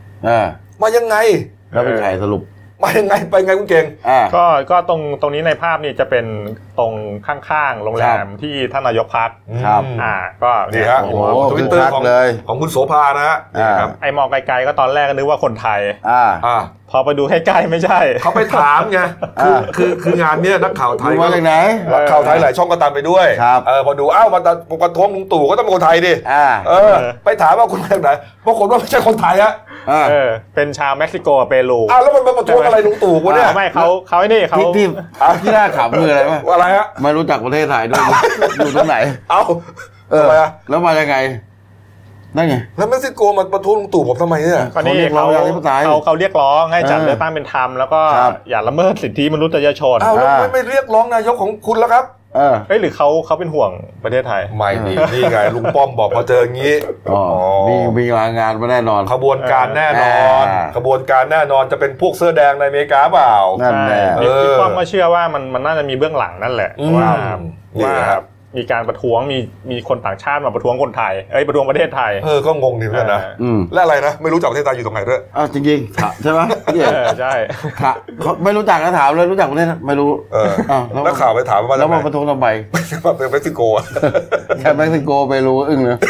Speaker 3: แล้วเป็นใครสรุป
Speaker 1: มายังไงไปไงคุณเก่ง
Speaker 2: ก็ตรงนี้ในภาพนี่จะเป็นตรงข้างๆโรงแรมที่ท่านนายกพัก
Speaker 3: ครับ
Speaker 2: ก็
Speaker 1: นี่ฮะทวิตเตอร์ของคุณโสภานะฮะ
Speaker 2: ไอมองไกลๆก็ตอนแรกก็นึกว่าคนไทยพอไปดูใกล้ๆไม่ใช่
Speaker 1: เขาไปถามไงคืองานเนี้ยนักข่าวไทย
Speaker 3: มาจากไหน
Speaker 1: นักข่าวไทยหลายช่องก็ตามไปด้วยพอดูมาประท้วงลุงตู่ก็ต้องเป็นคนไทยดิไปถามว่าคุณมาจากไหนปรากฏว่าไม่ใช่คนไทยฮะ
Speaker 2: เป็นชาวเม็กซิโกเปรู
Speaker 1: แล้วมันประท้วงอะไรลุงตู่วะเนี่ย
Speaker 2: ไม่เขาไอ้นี่เขา
Speaker 3: ที่น่าขำคืออะไรวะ
Speaker 1: อะไรฮะ
Speaker 3: ไม่รู้จักประเทศไทยด้วยอยู่ตรงไหนแล้วมายังไงนั่นไง
Speaker 1: แล้วเม็กซิโกมันประท้วงลุงตู่ผมทำไมเนี่ย
Speaker 2: เขาเรียกร้องให้จัดเลือกตั้งเป็นธรรมแล้วก็อย่าละเมิดสิทธิมนุษยชน
Speaker 1: แล้วไม่เรียกร้องนายกของคุณแล้วครับ
Speaker 2: หรือเขาเป็นห่วงประเทศไทย
Speaker 1: ไม่นี่ไงลุงป้อมบอกพอเจออย่างนี้
Speaker 3: มีงานมาแน่นอน
Speaker 1: ขบวนการแน่นอนขบวนการแน่นอนจะเป็นพวกเสื้อแดงในอเมริกาเปล่า
Speaker 3: นั่นแน่
Speaker 2: พี่ป้อมก็เชื่อว่ามันน่าจะมีเบื้องหลังนั่นแหละว่ามีการประท้วงมีคนต่างชาติมาประท้วงคนไทยประท้วงประเทศไทย
Speaker 1: ก็งงดีเหมือนกันนะและอะไรนะไม่รู้จักประเทศไทยอยู่ตรงไหนด้วย
Speaker 3: จริงๆใช่ไหม
Speaker 2: ใช่
Speaker 3: ไม่รู้จักก็ถามเลยรู้จักประเทศไม่รู้
Speaker 1: แล้วข่าวไปถามว่า
Speaker 3: แล้วมาประท้วงทำไม
Speaker 1: เป็นเม็กซิโก
Speaker 3: แค่เม็กซิโกไปรู้อึ้งเลย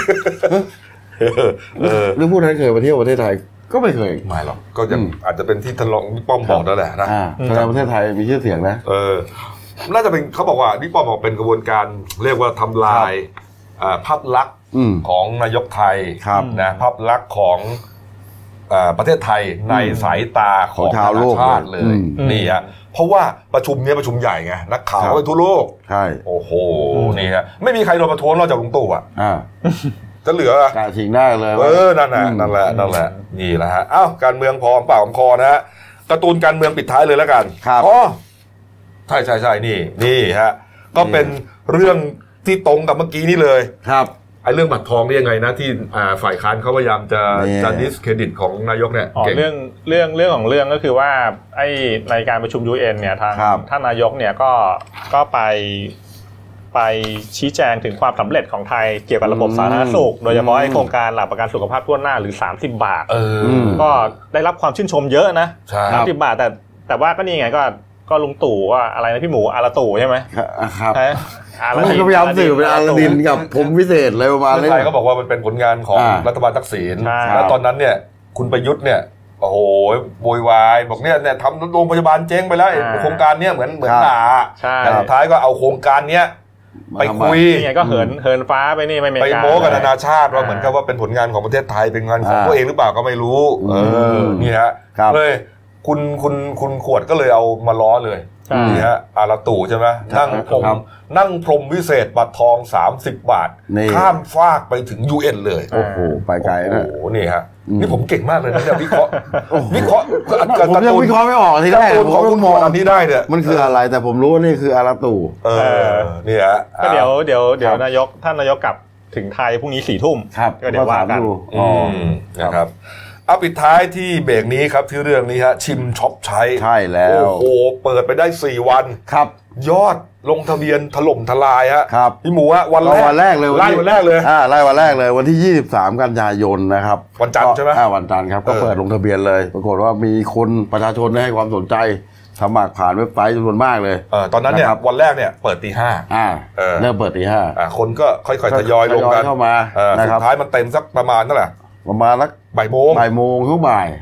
Speaker 3: หรือพูดไทยเคยมาเที่ยวประเทศไทยก็ไม่เคย
Speaker 1: ไม่หรอกก็ยังอาจจะเป็นที่ทะเลาะป้อมบอกนั่นแหละนะ
Speaker 3: แต่ประเทศไทยมีชื่อเสียงนะ
Speaker 1: น่าจะเป็นเขาบอกว่านี่ป้อมบอกเป็นกระบวนการเรียกว่าทำลายภาพลักษณ์ของนายกไทยนะภาพลักษณ์ของประเทศไทยในสายตาของ
Speaker 3: ชาวโลก
Speaker 1: เลยนี่ฮะเพราะว่าประชุมนี้ประชุมใหญ่ไงนักข่าวไปทั่วโลก
Speaker 3: ใช่
Speaker 1: โอ้โหนี่ฮะไม่มีใครโดนประท้วงนอกจากลุงตู่จะเหลือ
Speaker 3: การชิงได้เลย
Speaker 1: นั่นแหละนี่แหละฮะการเมืองพอปากคอนะฮะการ์ตูนการเมืองปิดท้ายเลยแล้วกันใช่นี่ฮะก็เป็นเรื่องที่ตรงกับเมื่อกี้นี่เลย
Speaker 3: ครับ
Speaker 1: ไอ้เรื่องบัตรทองนี่ยังไงนะที่ฝ่ายค้านเขาพยายามจะดิสเครดิตของนายกเนี่ย
Speaker 2: เรื่องของเรื่องก็คือว่าไอ้ในการประชุม UN เนี่ยทางท่านนายกเนี่ยก็ไปชี้แจงถึงความสำเร็จของไทยเกี่ยวกับระบบสาธารณสุขโดยเฉพาะโครงการหลักประกันสุขภาพทั่วหน้าหรือ30 บาทก็ได้รับความชื่นชมเยอะนะ30 บาทแต่ว่าก็นี่ไงก็ลุงตู่ว่าอะไรนะพี่หมูอาราตู่ใช่ไหม
Speaker 3: ครับเขาพยายามสื่อเป็นอาราดินกับผมพิเศษอะไรประมาณนี้
Speaker 1: ไทยก็บอกว่ามันเป็นผลงานของรัฐบาลทักษิณแล้วตอนนั้นเนี่ยคุณประยุทธ์เนี่ยโอ้โหโวยวายบอกเนี่ยทำโรงพยาบาลเจ๊งไปแล้วโครงการเนี้ยเหมือนหนาแต่สุดท้ายก็เอาโครงการเนี้ยไปคุย
Speaker 2: นี่ไงก็เหินฟ้าไปนี่
Speaker 1: ไปโม้กับนานาชาติว่าเหมือนกับว่าเป็นผลงานของประเทศไทยเป็นงานของตัวเองหรือเปล่าก็ไม่รู้นี่ฮะเลยคุณขวดก็เลยเอามาล้อเลยนี่ฮะอาราตู่ใช่ไหมนั่งพรมวิเศษบัตรทอง30 บาทข้ามฟากไปถึง UN เลย
Speaker 3: โอ้โหไปไกลนะ
Speaker 1: โอ้โหนี่ฮะนี่ผมเก่งมากเลยนะเนี่ยวิเคราะห์
Speaker 3: ผมยังวิเคราะห์ไม่ออกทีแรก
Speaker 1: ผมก็มองอันนี้ได้เนี่ย
Speaker 3: มันคืออะไรแต่ผมรู้ว่านี่คืออาราตู่
Speaker 1: นี่ฮะ
Speaker 2: ก็เดี๋ยวนายกท่านนายกกลับถึงไทยพรุ่งนี้4 ทุ่มก็เดี๋ยวว่ากัน
Speaker 1: นะครับเอาปิดท้ายที่เบรกนี้ครับที่เรื่องนี้ฮะชิมช็อปใ
Speaker 3: ช่แล้ว
Speaker 1: โอ้โหเปิดไปได้4 วัน
Speaker 3: ครับ
Speaker 1: ยอดลงทะเบียนถล่มทลายฮะ
Speaker 3: ครับ
Speaker 1: พี่หมูฮะวัน
Speaker 3: แรกเลย
Speaker 1: ไล่วันแรกเลย
Speaker 3: ไล่วันแรกเลยวันที่23 กันยายนนะครับ
Speaker 1: วันจันทร์ใช่ไหม
Speaker 3: วันจันทร์ครับก็เปิดลงทะเบียนเลยปรากฏว่ามีคนประชาชนให้ความสนใจสมัครผ่านเว็บไซต์จำนวนมากเลย
Speaker 1: ตอนนั้นเนี่ยวันแรกเนี่ยเปิดตี 5
Speaker 3: เริ่มเปิดตี 5
Speaker 1: คนก็ค่อยๆทยอยลงกัน
Speaker 3: เข้ามา
Speaker 1: สุดท้ายมันเต็มสักประมาณเท่าไหร่
Speaker 3: ประมาณสัก
Speaker 1: บ่ายโมง
Speaker 3: ช่วงบ่าย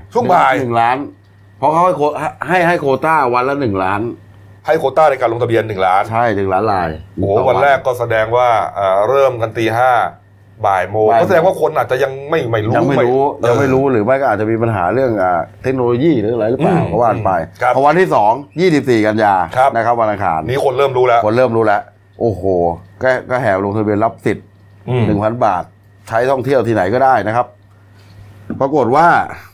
Speaker 3: 1 ล้านเพราะเขาให้โควต้าวันละ1 ล้าน
Speaker 1: ให้โควต้าในการลงทะเบียน1 ล้าน
Speaker 3: ใช่1 ล้านราย
Speaker 1: โอ้วันแรกก็แสดงว่าเริ่มกันตี 5บ่ายโมงก็แสดงว่าคนอาจจะยังไม่รู้
Speaker 3: ยังไม่รู้หรือไม่ก็อาจจะมีปัญหาเรื่องเทคโนโลยีหรืออะไรหรือเปล่าก็ว่าไปพอวันที่2 24 กันยานะครับวันอังคาร
Speaker 1: นี้คนเริ่มรู้แล้ว
Speaker 3: โอ้โหก็แห่ลงทะเบียนรับสิทธิ์ 1,000 บาทใช้ท่องเที่ยวที่ไหนก็ได้นะครับปรากฏว่า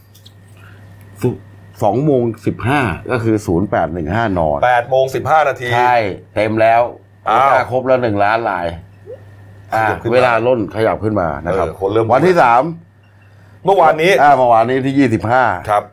Speaker 3: 2:15ก็คือ0815น
Speaker 1: 8:15 นาที
Speaker 3: ใช่เต็มแล้วครบแล้ว1 ล้านรายเวลาล้นขยับขึ้นมานะครับวันที่3
Speaker 1: เมื่อวานนี้
Speaker 3: ที่25
Speaker 1: ครับ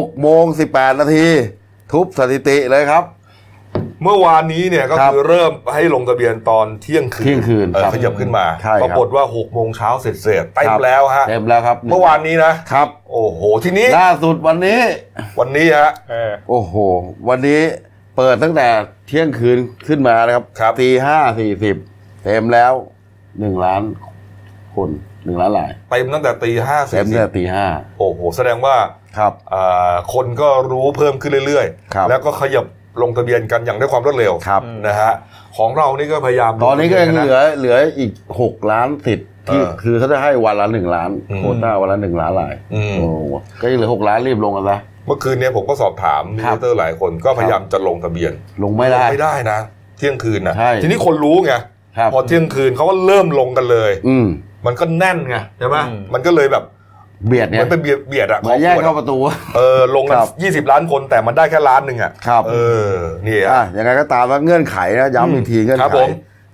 Speaker 3: 6:18 นาทีทุบสถิติเลยครับ
Speaker 1: เมื่อวานนี้เนี่ยก็คือเริ่มให้ลงทะเบียนตอนเที่ยงคืนขยับขึ้นมาปรากฏว่า6 โมงเช้าเสร็จเต็มแล้วฮะ
Speaker 3: เต็มแล้วครับ
Speaker 1: เมื่อวานนี้นะครับโอ้โหทีนี้
Speaker 3: ล่าสุดวันนี้
Speaker 1: ฮะ
Speaker 3: โอ้โหวันนี้เปิดตั้งแต่เที่ยงคืนขึ้นมานะครับ5:40เต็มแล้ว1 ล้านคน1 ล้านราย
Speaker 1: เต็มตั้งแต่5:40
Speaker 3: เต็มตั้งแต่5:00โ
Speaker 1: อ้โหแสดงว่าคนก็รู้เพิ่มขึ้นเรื่อยๆแล้วก็ขยับลงทะเบียนกันอย่างด้วยความรวดเร็วนะฮะของเรานี่ก็พยายาม
Speaker 3: ตอนนี้ก็ยังเหลืออีก6 ล้านสิทธิ์ที่คือเขาจะให้วันละ1 ล้านโควต้าวันละ1 ล้านรายโอ้ก็ยังเหลือ6 ล้านรีบลงกันซะ
Speaker 1: เมื่อคืนนี้ผมก็สอบถามมิเตอร์หลายคนก็พยายามจะลงทะเบียน
Speaker 3: ลงไม่
Speaker 1: ได้นะเที่ยงคืนนะทีนี้คนรู้ไงพอเที่ยงคืนเขาก็เริ่มลงกันเลยมันก็แน่นไงใช่ไหมมันก็เลยแบบ
Speaker 3: เบียดเนี่ย
Speaker 1: มันเป็นเบียดอะ
Speaker 3: เหมือนแย่งเข้าประตู
Speaker 1: ลงกัน20 ล้านคนแต่มันได้แค่ล้านนึงอะนี่
Speaker 3: ยังไงก็ตามว่าเงื่อนไขนะย้ำอีกทีเงื่อนไข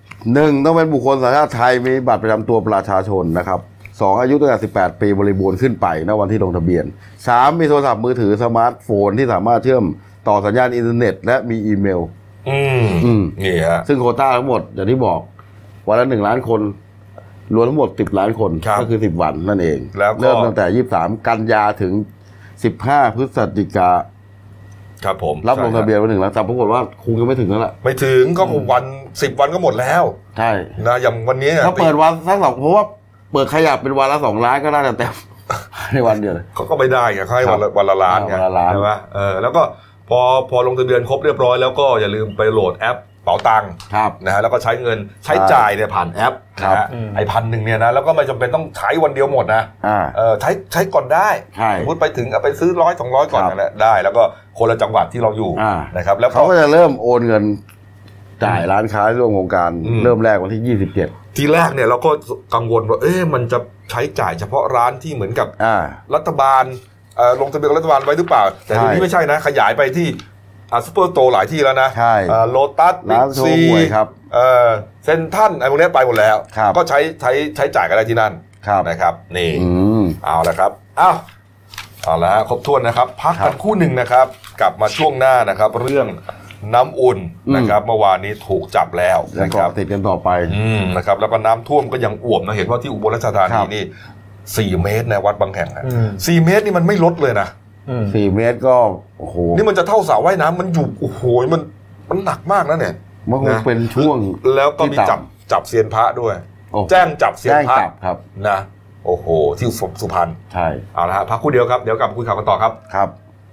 Speaker 3: 1ต้องเป็นบุคคลสัญชาติไทยมีบัตรประจำตัวประชาชนนะครับ2อายุตั้งแต่18 ปีบริบูรณ์ขึ้นไปณวันที่ลงทะเบียน3มีโทรศัพท์มือถือสมาร์ทโฟนที่สามารถเชื่อมต่อสัญญาณอินเทอร์เน็ตและมีอีเมล
Speaker 1: นี่ฮะ
Speaker 3: ซึ่งโควต้าทั้งหมดอย่างที่บอกวันละ1 ล้านคนรวมทั้งหมด10 ล้านคนก็คือ10 วันนั่นเองเริ่มตั้งแต่23 กันยาถึง15 พฤศจิกา
Speaker 1: ครับผม
Speaker 3: รับลงทะเบียนวัน1 ล้านแต่ปรากฏว่าคงจะไม่ถึงแล้วล่ะ
Speaker 1: ไม่ถึงก็วัน10 วันก็หมดแล้ว
Speaker 3: ใช่
Speaker 1: นะอย่างวันนี้
Speaker 3: ถ้าเปิดวันสัก2เพราะว่าเปิดขยับเป็นวันละ2 ล้านก็น่าจะเต็มในวันเดียวเลย
Speaker 1: เขาก็ไม่ได้ไงเขาให้วันละล้านไงใช่ไหมแล้วก็พอลงทะเบียนครบเรียบร้อยแล้วก็อย่าลืมไปโหลดแอปเป๋าตังค์นะฮะแล้วก็ใช้เงินใช้จ่ายเนี่ยผ่านแอปนะฮะไอ้1,000เนี่ยนะแล้วก็ไม่จำเป็นต้องใช้วันเดียวหมดนะใช้ก่อนได้สมมติไปถึงเอาไปซื้อ100-200ก่อนนั่นแหละได้แล้วก็คนละจังหวัดที่เราอยู่นะครับแล้ว
Speaker 3: เขาก็จะเริ่มโอนเงินจ่ายร้านค้าร่วมโครงการเริ่มแรกวันที่27
Speaker 1: ทีแรกเนี่ยเราก็กังวลว่ามันจะใช้จ่ายเฉพาะร้านที่เหมือนกับรัฐบาลลงทะเบียนรัฐบาลไว้หรือเปล่าแต่ทีนี้ไม่ใช้นะขยายไปที่ซุปเปอร์โตหลายที่แล้วนะโลตัส
Speaker 3: บิ๊กซี
Speaker 1: เซ็นทรัลไอ้พวกนี้ไปหมดแล้วก็ใช้จ่ายกันได้ที่นั่นนะครับนี่เอาละครับเอาละครบถ้วนนะครับพักกันคู่หนึ่งนะครับกลับมาช่วงหน้านะครับเรื่องน้ำอุ่นนะครับเมื่อวานนี้ถูกจับแล้วนะครับ
Speaker 3: ติดกันต่อไป
Speaker 1: นะครับแล้วก็น้ำท่วมก็ยังอ่วมนะเห็นว่าที่อุบลราชธานีนี่4 เมตรในวัดบางแห่ง4 เมตรนี่มันไม่ลดเลยนะ
Speaker 3: 4 เมตรก็โอ้โห
Speaker 1: นี่มันจะเท่าสระว่ายน้ำมันอยู่โอ้โหมันหนักมากนะเนี่ย
Speaker 3: มันคงเป็นช่วง
Speaker 1: แล้วก็มีจับเซียนพระด้วยแจ้งจับเซียนพระ
Speaker 3: ครับ
Speaker 1: นะโอ้โหที่สุพรรณ
Speaker 3: ใช่
Speaker 1: เอาละฮะพักคู่เดียวครับเดี๋ยวกลับคุยข่าวกันต่อครับ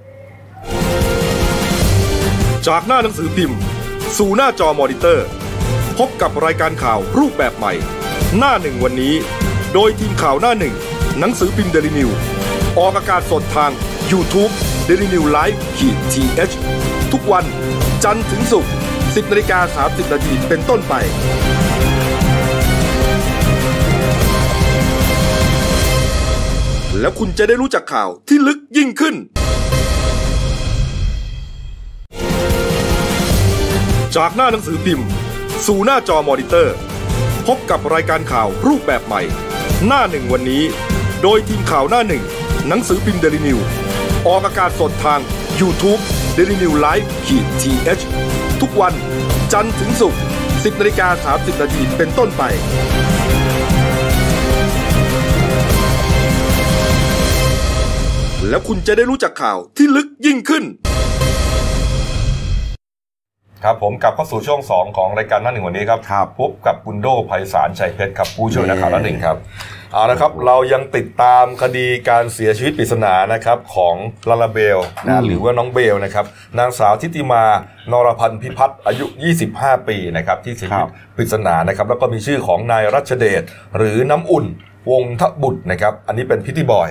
Speaker 1: จากหน้าหนังสือพิมพ์สู่หน้าจอมอนิเตอร์พบกับรายการข่าวรูปแบบใหม่หน้าหนึ่งวันนี้โดยทีมข่าวหน้าหนึ่งหนังสือพิมพ์ Daily News ออกอากาศสดทาง YouTube Daily News Live-TH ทุกวันจันทร์ถึงศุกร์ 10:30 น.เป็นต้นไปแล้วคุณจะได้รู้จักข่าวที่ลึกยิ่งขึ้นจากหน้าหนังสือพิมพ์สู่หน้าจอมอนิเตอร์พบกับรายการข่าวรูปแบบใหม่หน้าหนึ่งวันนี้โดยทีมข่าวหน้าหนึ่งหนังสือพิมพ์ Daily News ออกอากาศสดทาง YouTube Daily News Live-TH ทุกวันจันทร์ถึงศุกร์ 10:30 น.เป็นต้นไปแล้วคุณจะได้รู้จักข่าวที่ลึกยิ่งขึ้นครับผมกลับเข้าสู่ช่วง2ของรายการหน้าหนึ่งวันนี้ครับพบกับคุณโดไพศาลชัยเพชรครับผู้ช่วยนักข่าวหน้าหนึ่งครับเอาละครับเรายังติดตามคดีการเสียชีวิตปริศนานะครับของลาลาเบลนะหรือว่าน้องเบลนะครับนางสาวทิติมานรพันธ์พิพัฒน์อายุ25 ปีนะครับที่เสียชีวิตปริศนานะครับแล้วก็มีชื่อของนายรัชเดชหรือน้ำอุ่นวงทบุตรนะครับอันนี้เป็นพิตตี้บอย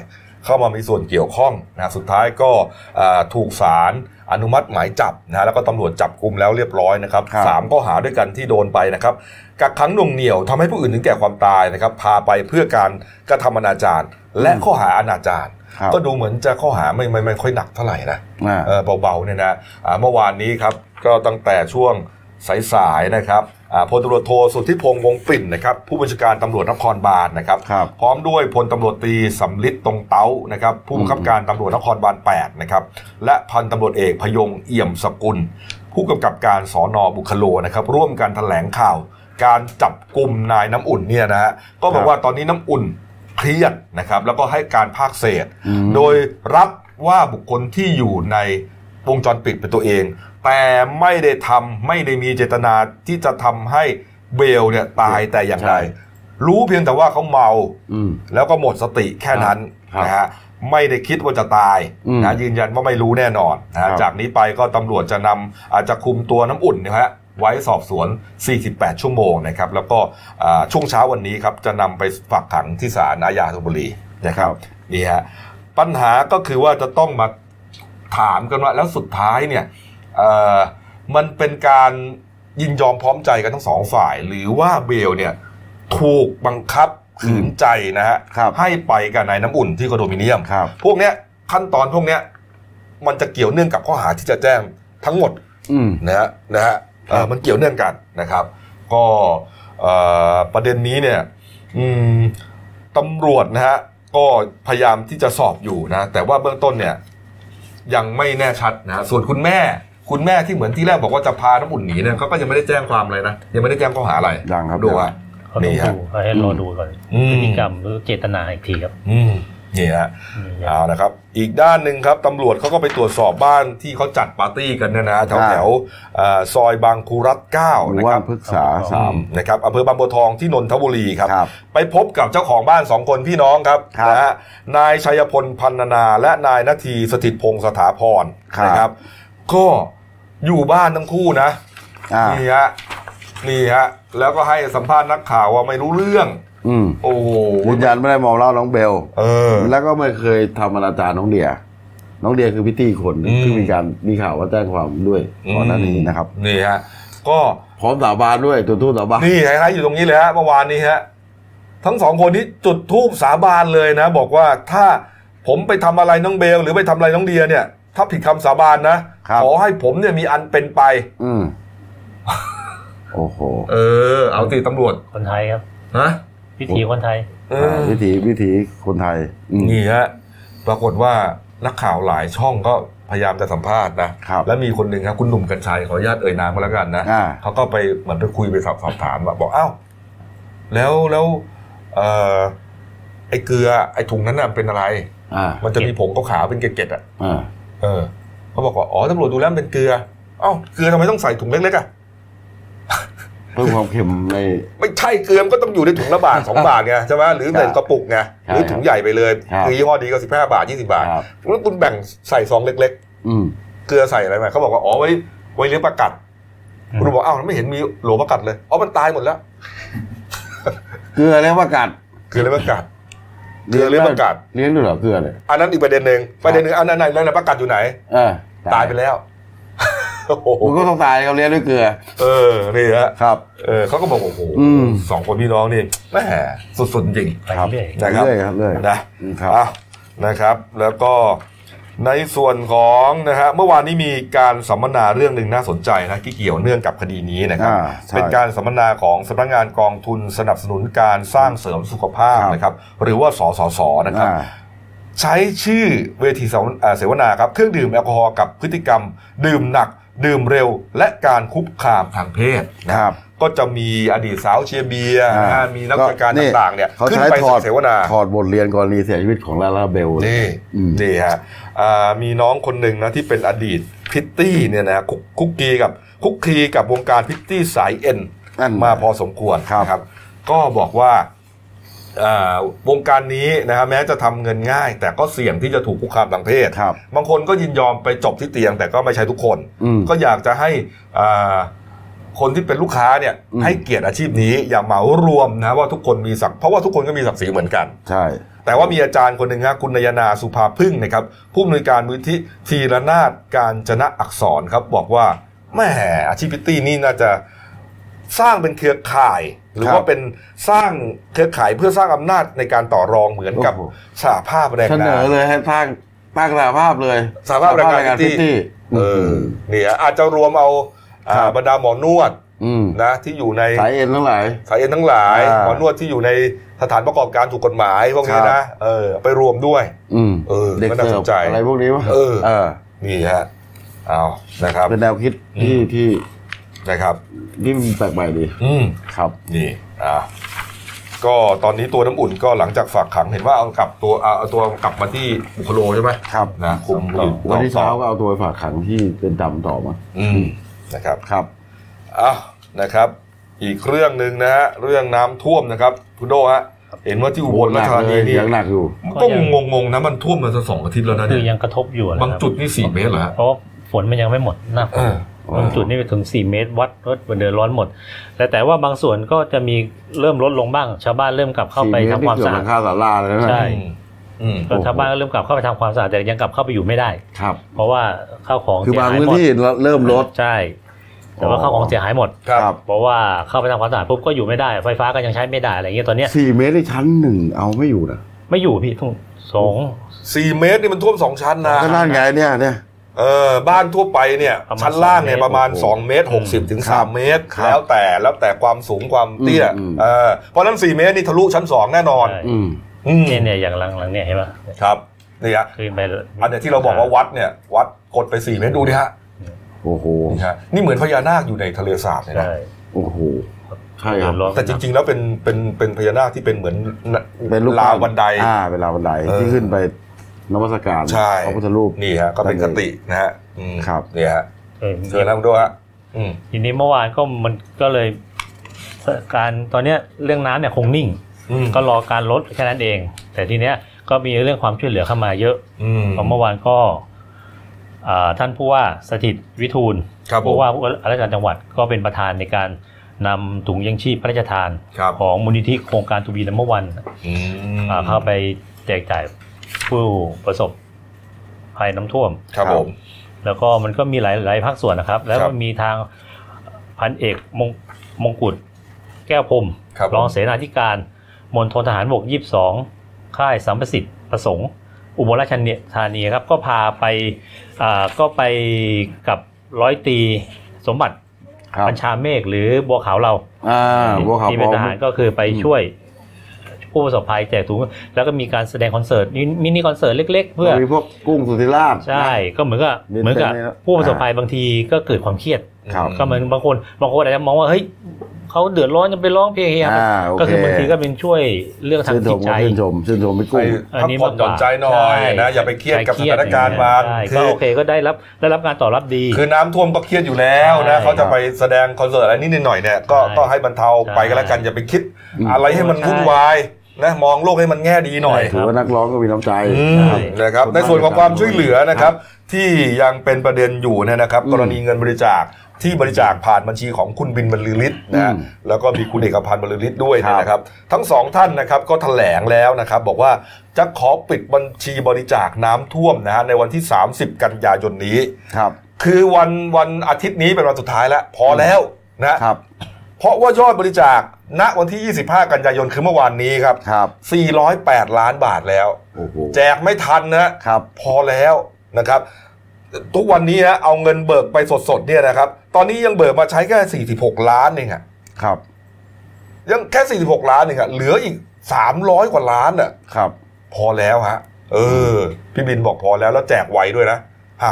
Speaker 1: เข้ามามีส่วนเกี่ยวข้องนะสุดท้ายก็ถูกศาลอนุมัติหมายจับนะแล้วก็ตำรวจจับกุมแล้วเรียบร้อยนะครับ3ข้อหาด้วยกันที่โดนไปนะครับกักขังหน่วงเหนี่ยวทำให้ผู้อื่นถึงแก่ความตายนะครับพาไปเพื่อการกระทำอนาจารและข้อหาอนาจารก็ดูเหมือนจะข้อหาไม่ค่อยหนักเท่าไหร่นะเบาๆเนี่ยนะเมื่อวานนี้ครับก็ตั้งแต่ช่วงสายๆนะครับพลตำรวจโทสุทธิพงษ์วงปิ่นนะครับผู้บัญชาการตำรวจนครบาลนะครับพร้อมด้วยพลตำรวจตรีสำลิดตรงเต้านะครับผู้บังคับการตำรวจนครบาล8นะครับและพันตำรวจเอกพยงเอี่ยมสกุลผู้กำกับการสน.บุคโลนะครับร่วมกันแถลงข่าวการจับกุมนายน้ำอุ่นเนี่ยนะฮะก็บอกว่าตอนนี้น้ำอุ่นเครียดนะครับแล้วก็ให้การภาคเศษโดยรับว่าบุคคลที่อยู่ในวงจรปิดเป็นตัวเองแต่ไม่ได้มีเจตนาที่จะทำให้เบลเนี่ยตายแต่อย่างใดรู้เพียงแต่ว่าเขาเมาแล้วก็หมดสติแค่นั้นนะฮะไม่ได้คิดว่าจะตายนะยืนยันว่าไม่รู้แน่นอนนะจากนี้ไปก็ตำรวจจะอาจจะคุมตัวน้ำอุ่นนะฮะไว้สอบสวน48ชั่วโมงนะครับแล้วก็ช่วงเช้าวันนี้ครับจะนำไปฝากขังที่ศาลอาญาธนบุรีนะครับนี่ฮะปัญหาก็คือว่าจะต้องมาถามกันว่าแล้วสุดท้ายเนี่ยมันเป็นการยินยอมพร้อมใจกันทั้งสองฝ่ายหรือว่าเบลเนี่ยถูกบังคับขืนใจนะฮะให้ไปกับนายน้ำอุ่นที่คอนโดมิเนียมพวกเนี้ยขั้นตอนพวกเนี้ยมันจะเกี่ยวเนื่องกับข้อหาที่จะแจ้งทั้งหมดนะฮะมันเกี่ยวเนื่องกันนะครับก็ประเด็นนี้เนี่ยตำรวจนะฮะก็พยายามที่จะสอบอยู่นะแต่ว่าเบื้องต้นเนี่ยยังไม่แน่ชัดนะส่วนคุณแม่ที่เหมือนที่แรกบอกว่าจะพาน้ำอุ่นหนีเนี่ยเขาก็ยังไม่ได้แจ้งความอะไรนะยังไม่ได้แจ้งข้อหาอะไร
Speaker 3: ยังครับ
Speaker 2: ดูว่าเขาต้องดูให้รอดูก่อนพฤติกรรมหรือเจตนาอีกทีครับ
Speaker 1: นี่ฮะเอานะครับอีกด้านหนึ่งครับตำรวจเขาก็ไปตรวจสอบบ้านที่เขาจัดปาร์ตี้กันนะแถวซอยบางคูรัฐ9นะครับ
Speaker 3: พฤกษา3
Speaker 1: นะครับอำเภอบางบัวทองที่นนทบุรีครับไปพบกับเจ้าของบ้าน2คนพี่น้องครับนะฮะนายชัยพลพันนาและนายนาทีสถิตพงษ์สถาพรนะครับก็อยู่บ้านทั้งคู่นะนี่ฮะแล้วก็ให้สัมภาษณ์นักข่าวว่าไม่รู้เรื่องโอ้
Speaker 3: ยืนยันไม่ได้มองเล่าน้องเบลแล้วก็ไม่เคยทำอนาจารน้องเดียคือพิตตี้คนที่มีข่าวว่าแจ้งความด้วยก่อนหน้านี้นะครับ
Speaker 1: นี่ฮะก็
Speaker 3: พร้อมสาบานด้วยจุดธูปสาบาน
Speaker 1: นี่ใครๆอยู่ตรงนี้เลยฮะเมื่อวานนี้ฮะทั้ง2คนนี้จุดธูปสาบานเลยนะบอกว่าถ้าผมไปทำอะไรน้องเบลหรือไปทำอะไรน้องเดียเนี่ยถ้าผิดคำสาบานนะขอให้ผมเนี่ยมีอันเป็นไป
Speaker 3: โอ้โห
Speaker 1: เอาตีตำรวจ
Speaker 2: คนไทยครับ
Speaker 1: นะ
Speaker 2: วิถีคนไทย
Speaker 3: วิถีคนไทย
Speaker 1: นี่ฮะปรากฏว่านักข่าวหลายช่องก็พยายามจะสัมภาษณ์นะแล้วมีคนหนึ่งครับคุณหนุ่มกัญชัยขออนุญาตเอ่ยนามมาแล้วกันนะเขาก็ไปเหมือนไปคุยไปสอบถามบอกอ้าวแล้วไอ้เกลือไอ้ถุงนั้นน่ะเป็นอะไรมันจะมีผงขาวๆเป็นเกล็ดๆอ่ะเขาบอกว่าอ๋อตำรวจดูแล้วเป็นเกลือเอ้าเกลือทำไมต้องใส่ถุงเล็กๆอ่ะ
Speaker 3: เพิ่มความเค็มใน
Speaker 1: ไม่ใช่เกลือก็ต้องอยู่ในถุงละบาท2 บาทไงใช่ไหมหรือเป็นกระปุกไงหรือถุงใหญ่ไปเลยคือยี่ห้อดีก็15 บาท20 บาทแล้วคุณแบ่งใส่ซองเล็กๆเกลือใส่อะไรมาเขาบอกว่าอ๋อไว้เลี้ยงปลากัดคุณบอกอ้าวไม่เห็นมีโหลปลากัดเลยอ๋อมันตายหมดแล้ว
Speaker 3: เกลือเลี้ยงปลากัด
Speaker 1: เกลือเลี้ยงปลากัดเกลือเลี้ยงปลากัด
Speaker 3: เลี้ยงด้วยเหรอเกลือเลย
Speaker 1: อันนั้นอีกประเด็นหนึ่งอันนั้นแล้วปลากัดอยู่ไหนตายไปแล้ว
Speaker 3: มันก็ต้องตายเขาเลี้ยงด้วยเกลือ
Speaker 1: นี่ฮะ
Speaker 3: ครับ
Speaker 1: เขาก็บอกโอ้โห2 คนพี่น้องนี่แม่สุดๆจริง
Speaker 2: ครับ
Speaker 1: นะครับนะครับแล้วก็ในส่วนของนะฮะเมื่อวานนี้มีการสัมมนาเรื่องนึงน่าสนใจนะที่เกี่ยวเนื่องกับคดีนี้นะครับเป็นการสัมมนาของสำนักงานกองทุนสนับสนุนการสร้างเสริมสุขภาพนะครับหรือว่าสสสนะครับใช้ชื่อเวทีเสวนาครับเครื่องดื่มแอลกอฮอล์กับพฤติกรรมดื่มหนักดื่มเร็วและการคุกคามทางเพศนะครับก็จะมีอดีตสาวเชียร์เบียร์มีนักวิชาการต่างๆเนี่ยขึ้นไปเสวนา
Speaker 3: ถอดบทเรียนกรณีเสียชีวิตของลาลาเบล
Speaker 1: นี่ฮะมีน้องคนหนึ่งนะที่เป็นอดีตพิตตี้เนี่ยนะคุกคีกับวงการพิตตี้สายเอ็นมาพอสมควรครับก็บอกว่าวงการนี้นะฮะแม้จะทำเงินง่ายแต่ก็เสี่ยงที่จะถูกคุกคามทางเพศบางคนก็ยินยอมไปจบที่เตียงแต่ก็ไม่ใช่ทุกคนก็อยากจะให้คนที่เป็นลูกค้าเนี่ยให้เกียรติอาชีพนี้อย่าเหมารวมนะว่าทุกคนมีศักดิ์เพราะว่าทุกคนก็มีศักดิ์ศรีเหมือนกัน
Speaker 3: ใช่
Speaker 1: แต่ว่ามีอาจารย์คนหนึ่งครับคุณนยนาสุภาพึ่งนะครับผู้อำนวยการมูลที่ธีรนาถการจนะอักษรครับบอกว่าแหมอาชีพพิตตี้นี่น่าจะสร้างเป็นเครือข่ายหรือว่าเป็นสร้างเครือข่ายเพื่อสร้างอำนาจในการต่อรองเหมือนกับสหภาพแรงงานเส
Speaker 3: นอเลยให้ตั้งสหภาพเลย
Speaker 1: สหภาพแรงงานพิตตี้นี่อาจจะรวมเอาบรรดาหมอนวดนะที่อยู่ใน
Speaker 3: สายเอ็นทั้งหลาย
Speaker 1: หมอนวดที่อยู่ในสถานประกอบการถูกกฎหมายพวกนี้นะไปรวมด้วย
Speaker 3: เด็กเสิร์ฟอะไรพวกนี้วะ
Speaker 1: นี่ฮะเอานะครับ
Speaker 3: เป็นแนวคิดที่
Speaker 1: นะครับ
Speaker 3: นี่แปลกใหม่ดีครับ
Speaker 1: นี่ก็ตอนนี้ตัวน้ำอุ่นก็หลังจากฝากขังเห็นว่าเอาตัวกลับมาที่บุคโลใช่ไหม
Speaker 3: ครับ
Speaker 1: นะคุม
Speaker 3: วันที่เช้าก็เอาตัวฝากขังที่เป็นจำต่อมา
Speaker 1: นะครับ
Speaker 3: ครับ
Speaker 1: นะครับอีกเรื่องนึงนะฮะเรื่องน้ำท่วมนะครับคุณโดฮะเห็นว่าที่อุบลราชธานีนี่
Speaker 3: ยังหนักอยู่
Speaker 1: ก็งงนะมันท่วมมา2 อาทิตย์แล้วนะ
Speaker 2: คือยังกระทบอยู่
Speaker 1: บางจุดนี่4 เมตรเหรอฮะ
Speaker 2: เพราะฝนมันยังไม่หมดนะบางจุดนี่ไปถึง4 เมตรวัดเดือดร้อนหมดแต่ว่าบางส่วนก็จะมีเริ่มลดลงบ้างชาวบ้านเริ่มกลับเข้าไปทำความสะอาด
Speaker 3: ค่าศาลาเลยนะ
Speaker 2: ใช่ชาวบ้านก็เริ่มกลับเข้าไปทำความสะอาดแต่ยังกลับเข้าไปอยู่ไม่ได้
Speaker 3: ครับ
Speaker 2: เพราะว่าข้าวของ
Speaker 3: คือบางพื้นที่เริ่มลด
Speaker 2: ใช่แต่ว่าข้าวของเสียหายหมดเพราะว่าเข้าไปทำความสะอาดปุ๊บก็อยู่ไม่ได้ไฟฟ้าก็ยังใช้ไม่ได้อะไรเงี้ยตอนนี้
Speaker 3: 4 เมตรในชั้น1เอาไม่อยู่นะ
Speaker 2: ไม่อยู่พี่ต้อง
Speaker 1: 4 เมตรนี่มันท่วม2 ชั้นนะ
Speaker 3: ก็นั่นไงเนี่ย
Speaker 1: บ้านทั่วไปเนี่ยชั้นล่างเนี่ยประมาณ2 เมตร 60 ถึง 3 เมตรแล้วแต่ความสูงความเตี้ยเพราะนั้น4 เมตรนี่ทะลุชั้น2แน่นอน
Speaker 2: เนี่ยอย่างหลังเนี่ยเห็นป่ะ
Speaker 1: ครับนี่ฮะอันนี้ที่เราบอกว่าวัดกดไป4 เมตรดูดิฮะ
Speaker 3: โอ้โห
Speaker 1: นี่เหมือนพญานาคอยู่ในทะเลสาบเลยนะ
Speaker 3: โอ้โหใช่ครับ
Speaker 1: แต่จริงๆแล้วเป็นพญานาคที่เป็นเหมือน
Speaker 3: เป็น
Speaker 1: ราวบันได
Speaker 3: เป็นราวบันไดที่ขึ้นไปนมัสการพระพุทธรูป
Speaker 1: นี่ฮะก็เป็นคตินะฮะ
Speaker 3: ครับ
Speaker 1: นี่ฮะเชิญนั่งด้วยฮะ
Speaker 2: ทีนี้เมื่อวานก็มันก็เลยการตอนนี้เรื่องน้ำเนี่ยคงนิ่งก็รอการลดแค่นั้นเองแต่ทีเนี้ยก็มีเรื่องความช่วยเหลือเข้ามาเยอะเพราะเมื่อวานก็ท่านผู้ว่าสถิตวิทูลผู้ว่าราชการจังหวัดก็เป็นประธานในการนำถุงยังชีพพระราชทานของมูลนิธิโครงการทูบีนัมเบอร์วันเข้าไปแจกจ่ายผู้ประสบภัยน้ำท่วม
Speaker 1: ครับผม
Speaker 2: แล้วก็มันก็มีหลายภาคส่วนนะครับแล้วก็มีทางพันเอกมงกุฎแก้วพรมรองเสนาธิการมณฑลทหารบก22ค่ายสัมประสิทธิ์ประสงค์อุบลราชธานีครับก็พาไปก็ไปกับร้อยตรีสมบัติบัญชาเมฆหรือบัวขาวเราที่เป็นทหารก็คือไปช่วยผู้ประสบภัยแจกถุงแล้วก็มีการแสดงคอนเสิร์ตมินิคอนเสิร์ตเล็กๆเพื่อ
Speaker 3: มีพวกกุ้งสุธิราช
Speaker 2: ใช่ก็เหมือนกับผู้ประสบภัยบางทีก็เกิดความเครียดก็เหมือนบางคนอาจจะมองว่าเฮ้ยเขาเดือดร้อนจะไปร้องเพลงเฮียก็คือบางทีก็เป็นช่วยเรื่องทางจิตใจ
Speaker 3: ชื่นชมไปกุ้ง
Speaker 1: พักผ่อนหย่อนใจหน่อยนะอย่าไปเครียดกับสถานการณ์มัน
Speaker 2: ก็โอเคก็ได้รับการตอบรับดี
Speaker 1: คือน้ำท่วมก็เครียดอยู่แล้วนะเขาจะไปแสดงคอนเสิร์ตอะไรนิดหน่อยเนี่ยก็ให้บรรเทาไปกันแล้วกันอย่าไปคิดอะไรให้มันวุ่นวายนะมองโลกให้มันแง่ดีหน่อย
Speaker 3: ถือว่านักร้องก็มีน้ำใจ
Speaker 1: นะครับในส่วนของความช่วยเหลือนะครับที่ยังเป็นประเด็นอยู่นะครับกรณีเงินบริจาคที่บริจาคผ่านบัญชีของคุณบินบรรลือฤทธิ์นะแล้วก็มีคุณเอกพันธ์บรรลือฤทธิ์ด้วยนะครับทั้ง2ท่านนะครับก็แถลงแล้วนะครับบอกว่าจะขอปิดบัญชีบริจาคน้ำท่วมนะฮะในวันที่30กันยายนนี้คือวันอาทิตย์นี้เป็นวันสุดท้ายแล้วพอแล้วนะครับเพราะว่ายอดบริจาคณวันที่25กันยายนคือเมื่อวานนี้ครับ408 ล้านบาทแล้วแจกไม่ทันนะครับพอแล้วนะครับทุกวันนี้นะเอาเงินเบิกไปสดๆเนี่ยนะครับตอนนี้ยังเบิกมาใช้แค่46ล้านเองอ่ะ
Speaker 3: ครับ
Speaker 1: ยังแค่46ล้านเองอ่ะเหลืออีก300กว่าล้านอ่ะ
Speaker 3: ครับ
Speaker 1: พอแล้วฮะพี่บินบอกพอแล้วแจกไวด้วยนะ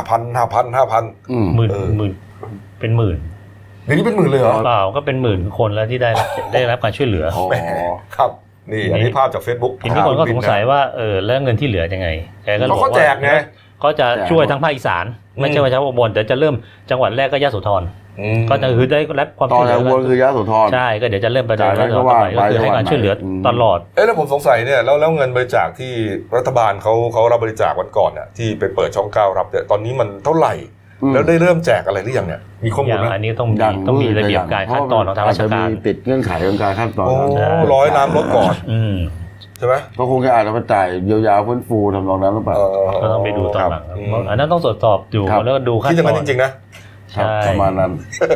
Speaker 1: 5,000
Speaker 2: หมื่นเป็นหมื่น
Speaker 1: นี่เป็นหมื่นเลยเหรอ
Speaker 2: เปล่าก็เป็นหมื่นคนแล้วที่ได้รับการช่วยเหลือ
Speaker 1: ครับนี่อันนี้ภาพจาก Facebook
Speaker 2: ทีนี้คนก็สงสัยว่าแล้วเงินที่เหลือยังไงแกก็บอกว่า
Speaker 1: แจกไง
Speaker 2: ก็จะช่วยทั้งภาคอีสานไม่ใช่ว่าเฉพาะอุบลแต่จะเริ่มจังหวัดแรกก็ยโสธรก็จะคือได้รับความช่วยเหลือ
Speaker 3: อุบลคือยโสธร
Speaker 2: ใช่ก็เดี๋ยวจะเริ่มไปแล้วก็คือให้การช่วยเหลือตลอด
Speaker 1: แล้วผมสงสัยเนี่ยแล้วเงินบริจาคที่รัฐบาลเขารับบริจาควันก่อนน่ะที่ไปเปิดช่อง9รับเนี่ยตอนนี้มันเท่าไหร่แล้วได้เริ่มแจกอะไรหรือยังเนี่ยมีข้อมูลไหม
Speaker 2: อันนี้ต้องมีระเบียบการขั้นตอนของทางราชการ
Speaker 3: ติดเงื่อนไขของการขั้นตอน
Speaker 1: ร้อยล้านลดก่อน
Speaker 2: ใ
Speaker 1: ช่ไหม
Speaker 3: ก็คงจะอาจจะมาจ่ายเยียวยาฟื้นฟูทำนองนั้นหรือเปล่า
Speaker 4: ก็ต้องไปดูตอนหลังอันนั้นต้องตรวจสอบอยู่แล้วก็ดูขั้นตอน
Speaker 1: ที่จะมาจริงๆนะ
Speaker 4: ใช่
Speaker 3: ประมาณนั้น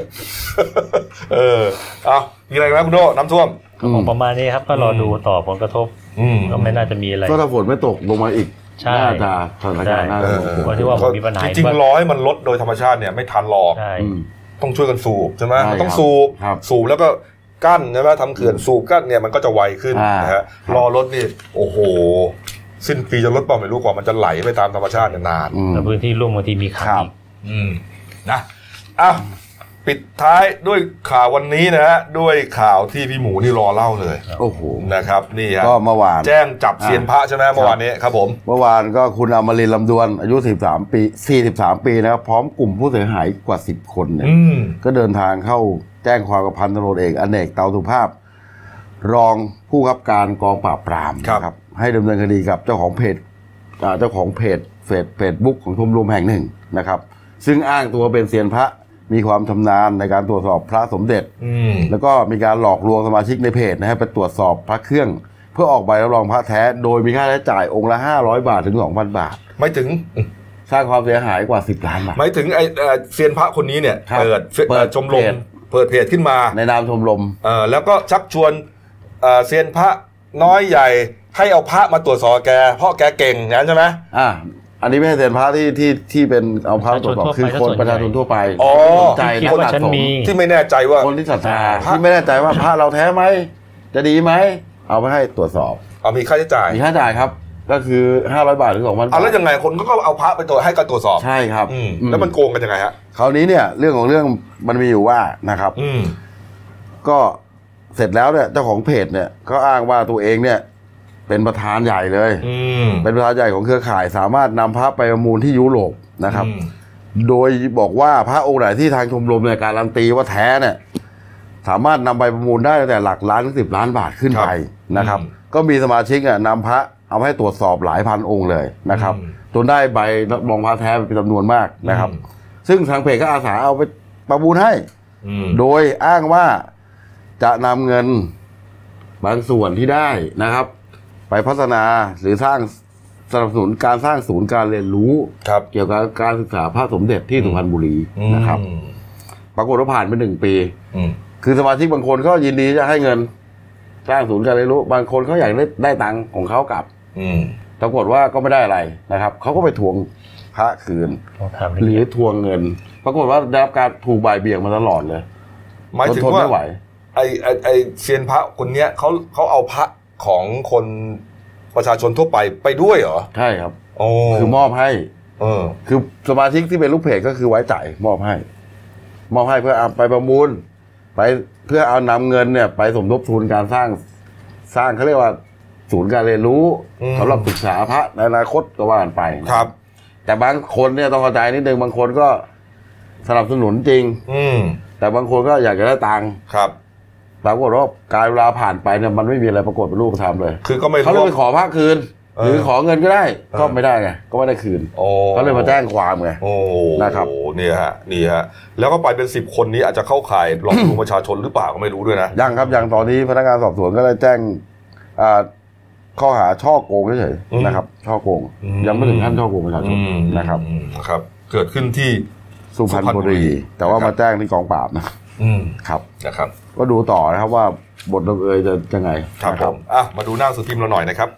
Speaker 1: เอามีอะไรไหมคุณโดน้ำท่วม
Speaker 4: ประมาณนี้ครับก็รอดูต่อผลกระทบก็ไม่น่าจะมีอะไร
Speaker 3: ก็ถ้าฝนไม่ตกลงมาอีกน่าจะสถานการณ์น่าจะ
Speaker 4: ที่ว่ามีปัญหา
Speaker 1: จริงๆรอให้มันลดโดยธรรมชาติเนี่ยไม่ทันหรอกต้องช่วยกันสูบใช่ไหมต้องสูบแล้วก็กั้นใช่ไหมทำเขื่อนสูบกั้นเนี่ยมันก็จะไวขึ้นนะฮะรอรถนี่โอ้โหสิ้นปีจะลดเปล่าไม่รู้กว่ามันจะไหลไปตามธรรมชาตินาน
Speaker 4: แล้วพื้นที่ลุ่มบางทีมีข่าว
Speaker 1: นะปิดท้ายด้วยข่าววันนี้นะฮะด้วยข่าวที่พี่หมูนี่รอเล่าเลย
Speaker 3: โอ้โห
Speaker 1: นะครับนี่ฮะ
Speaker 3: ก็เมื่อวาน
Speaker 1: แจ้งจับเซียนพระใช่ไหมเมื่อวานนี้ครับผม
Speaker 3: เมื่อวานก็คุณอมรินทร์ลำดวนอายุ43 ปีนะครับพร้อมกลุ่มผู้เสียหายกว่า10คนเนี่ยก็เดินทางเข้าแจ้งความกับพันตำรวจเอกอเนกเตาสุภาพรองผู้บังคับการกองปราบปรามนะครับให้ดำเนินคดีกับเจ้าของเพจเฟซบุ๊กของชมรมแห่งหนึ่งนะครับซึ่งอ้างตัวเป็นเซียนพระมีความชำนาญในการตรวจสอบพระสมเด็จแล้วก็มีการหลอกลวงสมาชิกในเพจนะฮะไปตรวจสอบพระเครื่องเพื่อออกใบรับรองพระแท้โดยมีค่าใช้จ่ายองค์ละ500 บาทถึง 2,000 บาท
Speaker 1: ไม่ถึง
Speaker 3: สร้างความเสียหายกว่า10 ล้านบาท
Speaker 1: ไม่ถึงไอเซียนพระคนนี้เนี่ยเปิดชมรมเปิดเพจขึ้นมา
Speaker 3: ในนามชมรม
Speaker 1: แล้วก็ชักชวนเซียนพระน้อยใหญ่ให้เอาพระมาตรวจสอบแกเพราะแกเก่งงั้นใช่ไหม
Speaker 3: อันนี้ไม่ใช่เซียนพระที่เป็นเอาพระตรวจสอบคือคนประชาชนทั่วไป
Speaker 4: ใจนักสะสม
Speaker 1: ที่ไม่แน่ใจว่า
Speaker 3: คนที่ศรัทธาที่ไม่แน่ใจว่าพระเราแท้ไหมจะดีไหมเอาไปให้ตรวจสอบ
Speaker 1: มีค่าใช้จ่าย
Speaker 3: มีค่าใช้จ่ายครับก็คือ500 บาทถึง 2,000 บาท
Speaker 1: แล้วยังไงคนก็เอาพระไปตรวจให้การตรวจสอบ
Speaker 3: ใช่ครับ
Speaker 1: แล้วมันโกงกันยังไงฮะ
Speaker 3: คราวนี้เนี่ยเรื่องของเรื่องมันมีอยู่ว่านะครับก็เสร็จแล้วเนี่ยเจ้าของเพจเนี่ยก็อ้างว่าตัวเองเนี่ยเป็นประธานใหญ่เลยเป็นประธานใหญ่ของเครือข่ายสามารถนำพระไปประมูลที่ยุโรปนะครับโดยบอกว่าพระองค์ไหนที่ทางชมรมเนี่ยการันตีว่าแท้เนี่ยสามารถนำไปประมูลได้ตั้งแต่หลักล้านถึง10 ล้านบาทขึ้นไปนะครับก็มีสมาชิกนำพระเอาให้ตรวจสอบหลายพันองค์เลยนะครับจนได้ใบรับรองพระแท้เป็นจำนวนมากนะครับซึ่งทางเพจก็อาสาเอาไปประมูลให้โดยอ้างว่าจะนำเงินบางส่วนที่ได้นะครับไปพัฒนาหรือสนับสนุนการสร้างศูนย์การเรียนรู้เกี่ยวกับการศึกษาพระสมเด็จที่สุพรรณบุรีนะครับปรากฏว่าผ่านไป1 ปีคือสมาชิกบางคนก็ยินดีจะให้เงินสร้างศูนย์การเรียนรู้บางคนเขาอยากได้ตังค์ของเขากลับปรากฏว่าก็ไม่ได้อะไรนะครับเขาก็ไปทวงพระคืนหรือทวงเงินปรากฏว่าได้รับการถูกบ่ายเบี่ยงมาตลอดเลย
Speaker 1: หมายถึงว่าไอเซียนพระคนเนี้ยเขาเอาพระของคนประชาชนทั่วไปด้วยเหรอ
Speaker 3: ใช่ครับคือมอบให้คือสมาชิกที่เป็นลูกเพจก็คือไว้จ่ายมอบให้เพื่อเอาไปประมูลไปเพื่อเอานำเงินเนี่ยไปสมทบทุนการสร้างเขาเรียกว่าศูนย์การเรียนรู้สำหรับศึกษาพระในอนาคตก็ว่ากันไป
Speaker 1: ครับ
Speaker 3: แต่บางคนเนี่ยต้องเข้าใจนิดนึงบางคนก็สนับสนุนจริงแต่บางคนก็อยากจะได้ตังค์
Speaker 1: ครับ
Speaker 3: ปรากฏว่าการเวลาผ่านไปเนี่ยมันไม่มีอะไรปรากฏเป็นรูปธรรมเลย
Speaker 1: คือก็ไม่
Speaker 3: เขาเลยไปขอพระคืนหรือขอเงินก็ได้ก็ไม่ได้ไงก็ไม่ได้คืนเขาเลยมาแจ้งความไงนะครับ
Speaker 1: นี่ฮะแล้วก็ไปเป็น10 คนนี้อาจจะเข้าข่ายหลอกลวงประชาชนหรือเปล่าก็ไม่รู้ด้วยนะ
Speaker 3: ยังครับยังตอนนี้พนักงานสอบสวนก็ได้แจ้งข้อหาช่อโกงเฉยๆนะครับช่อโกงยังไม่ถึงขั้นช่อโกงประชาชนนะครับ
Speaker 1: เกิดขึ้นที่
Speaker 3: สุพรรณบุรีแต่ว่ามาแจ้งที่กองปราบนะครับก็ดูต่อนะครับว่าบทลงเอยจะยังไง
Speaker 1: ครับผมมาดูหน้าสือพิมพ์เราหน่อยนะครับ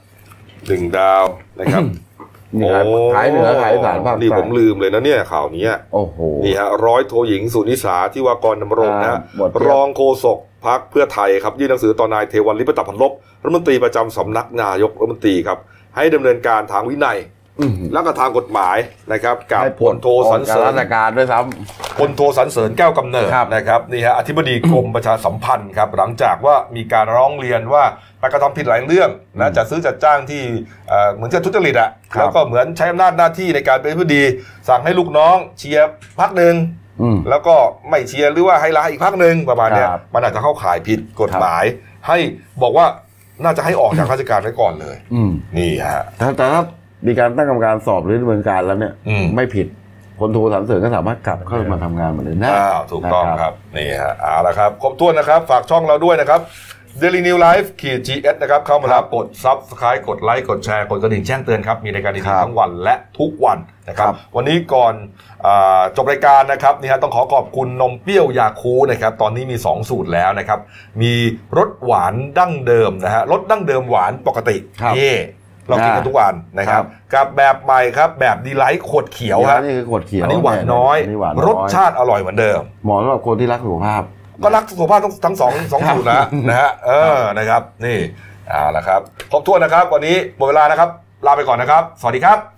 Speaker 1: 1 ดาวนะครับ
Speaker 3: ขายเหนือขายอีสานภาค
Speaker 1: นี่ผมลืมเลยนะเนี่ยข่าวนี้
Speaker 3: โอ้โห
Speaker 1: นี่ฮะร้อยโทหญิงสุนิสาที่วากรดำรงนะรองโฆษกพรรคเพื่อไทยครับยื่นหนังสือต่อนายเทวันลิปตพันลบรัฐมนตรีประจำสำนักนายกรัฐมนตรีครับให้ดำเนินการทางวินัยแล้วก็ทางกฎหมายนะครับกับพลโทสรรเสริญ
Speaker 3: ราชการด้วยซ้
Speaker 1: ำพลโทสรรเสริญแก้วกำเนิดนะครับนี่ฮะอธิบดีกรมประชาสัมพันธ์ครับหลังจากว่ามีการร้องเรียนว่าไปกระทำผิดหลายเรื่องนะจัดซื้อจัดจ้างที่เหมือนจะทุจริตแล้วก็เหมือนใช้อำนาจหน้าที่ในการเป็นผู้ดีสั่งให้ลูกน้องเชียร์พรรคนึงแล้วก็ไม่เชียร์หรือว่าให้ร้ายอีกพรรคนึงประมาณนี้มันอาจจะเข้าข่ายผิดกฎหมายให้บอกว่าน่าจะให้ออกจากราชการไว้ก่อนเลยนี่ฮะ
Speaker 3: แต่ถ้ามีการตั้งกรรมการสอบหรือดำเนินการแล้วเนี่ยไม่ผิดพลโทสรรเสริญก็สามารถกลับเข้ามาทำงานเหมือนเดิมได้
Speaker 1: ถูกต้องครับนี่ฮะเอาละครับครบถ้วนนะครับฝากช่องเราด้วยนะครับ Daily New Life /GS นะครับเข้ามาแล้วกด Subscribe กดไลค์กดแชร์กดกระดิ่งแจ้งเตือนครับมีรายการดีๆทั้งวันและทุกวันนะครับวันนี้ก่อนจบรายการนะครับนี่ฮะต้องขอบคุณนมเปรี้ยวยาคูนะครับตอนนี้มี2สูตรแล้วนะครับมีรสหวานดั้งเดิมนะฮะรสดั้งเดิมหวานปกตินี่เรากินกันทุกวันนะครับกับแบบใหม่ครับแบบดีไลท์ขวดเขียวครับ
Speaker 3: นี่คือขวดเขียว
Speaker 1: อันนี้หวานน้อยรสชาติอร่อยเหมือนเดิม
Speaker 3: เหมาะสำหรับคนที่รักสุขภาพ
Speaker 1: ก็รักสุขภาพทั้งสองสูตรนะฮะนะครับนี่ละครับครบถ้วนนะครับวันนี้หมดเวลานะครับลาไปก่อนนะครับสวัสดีครับ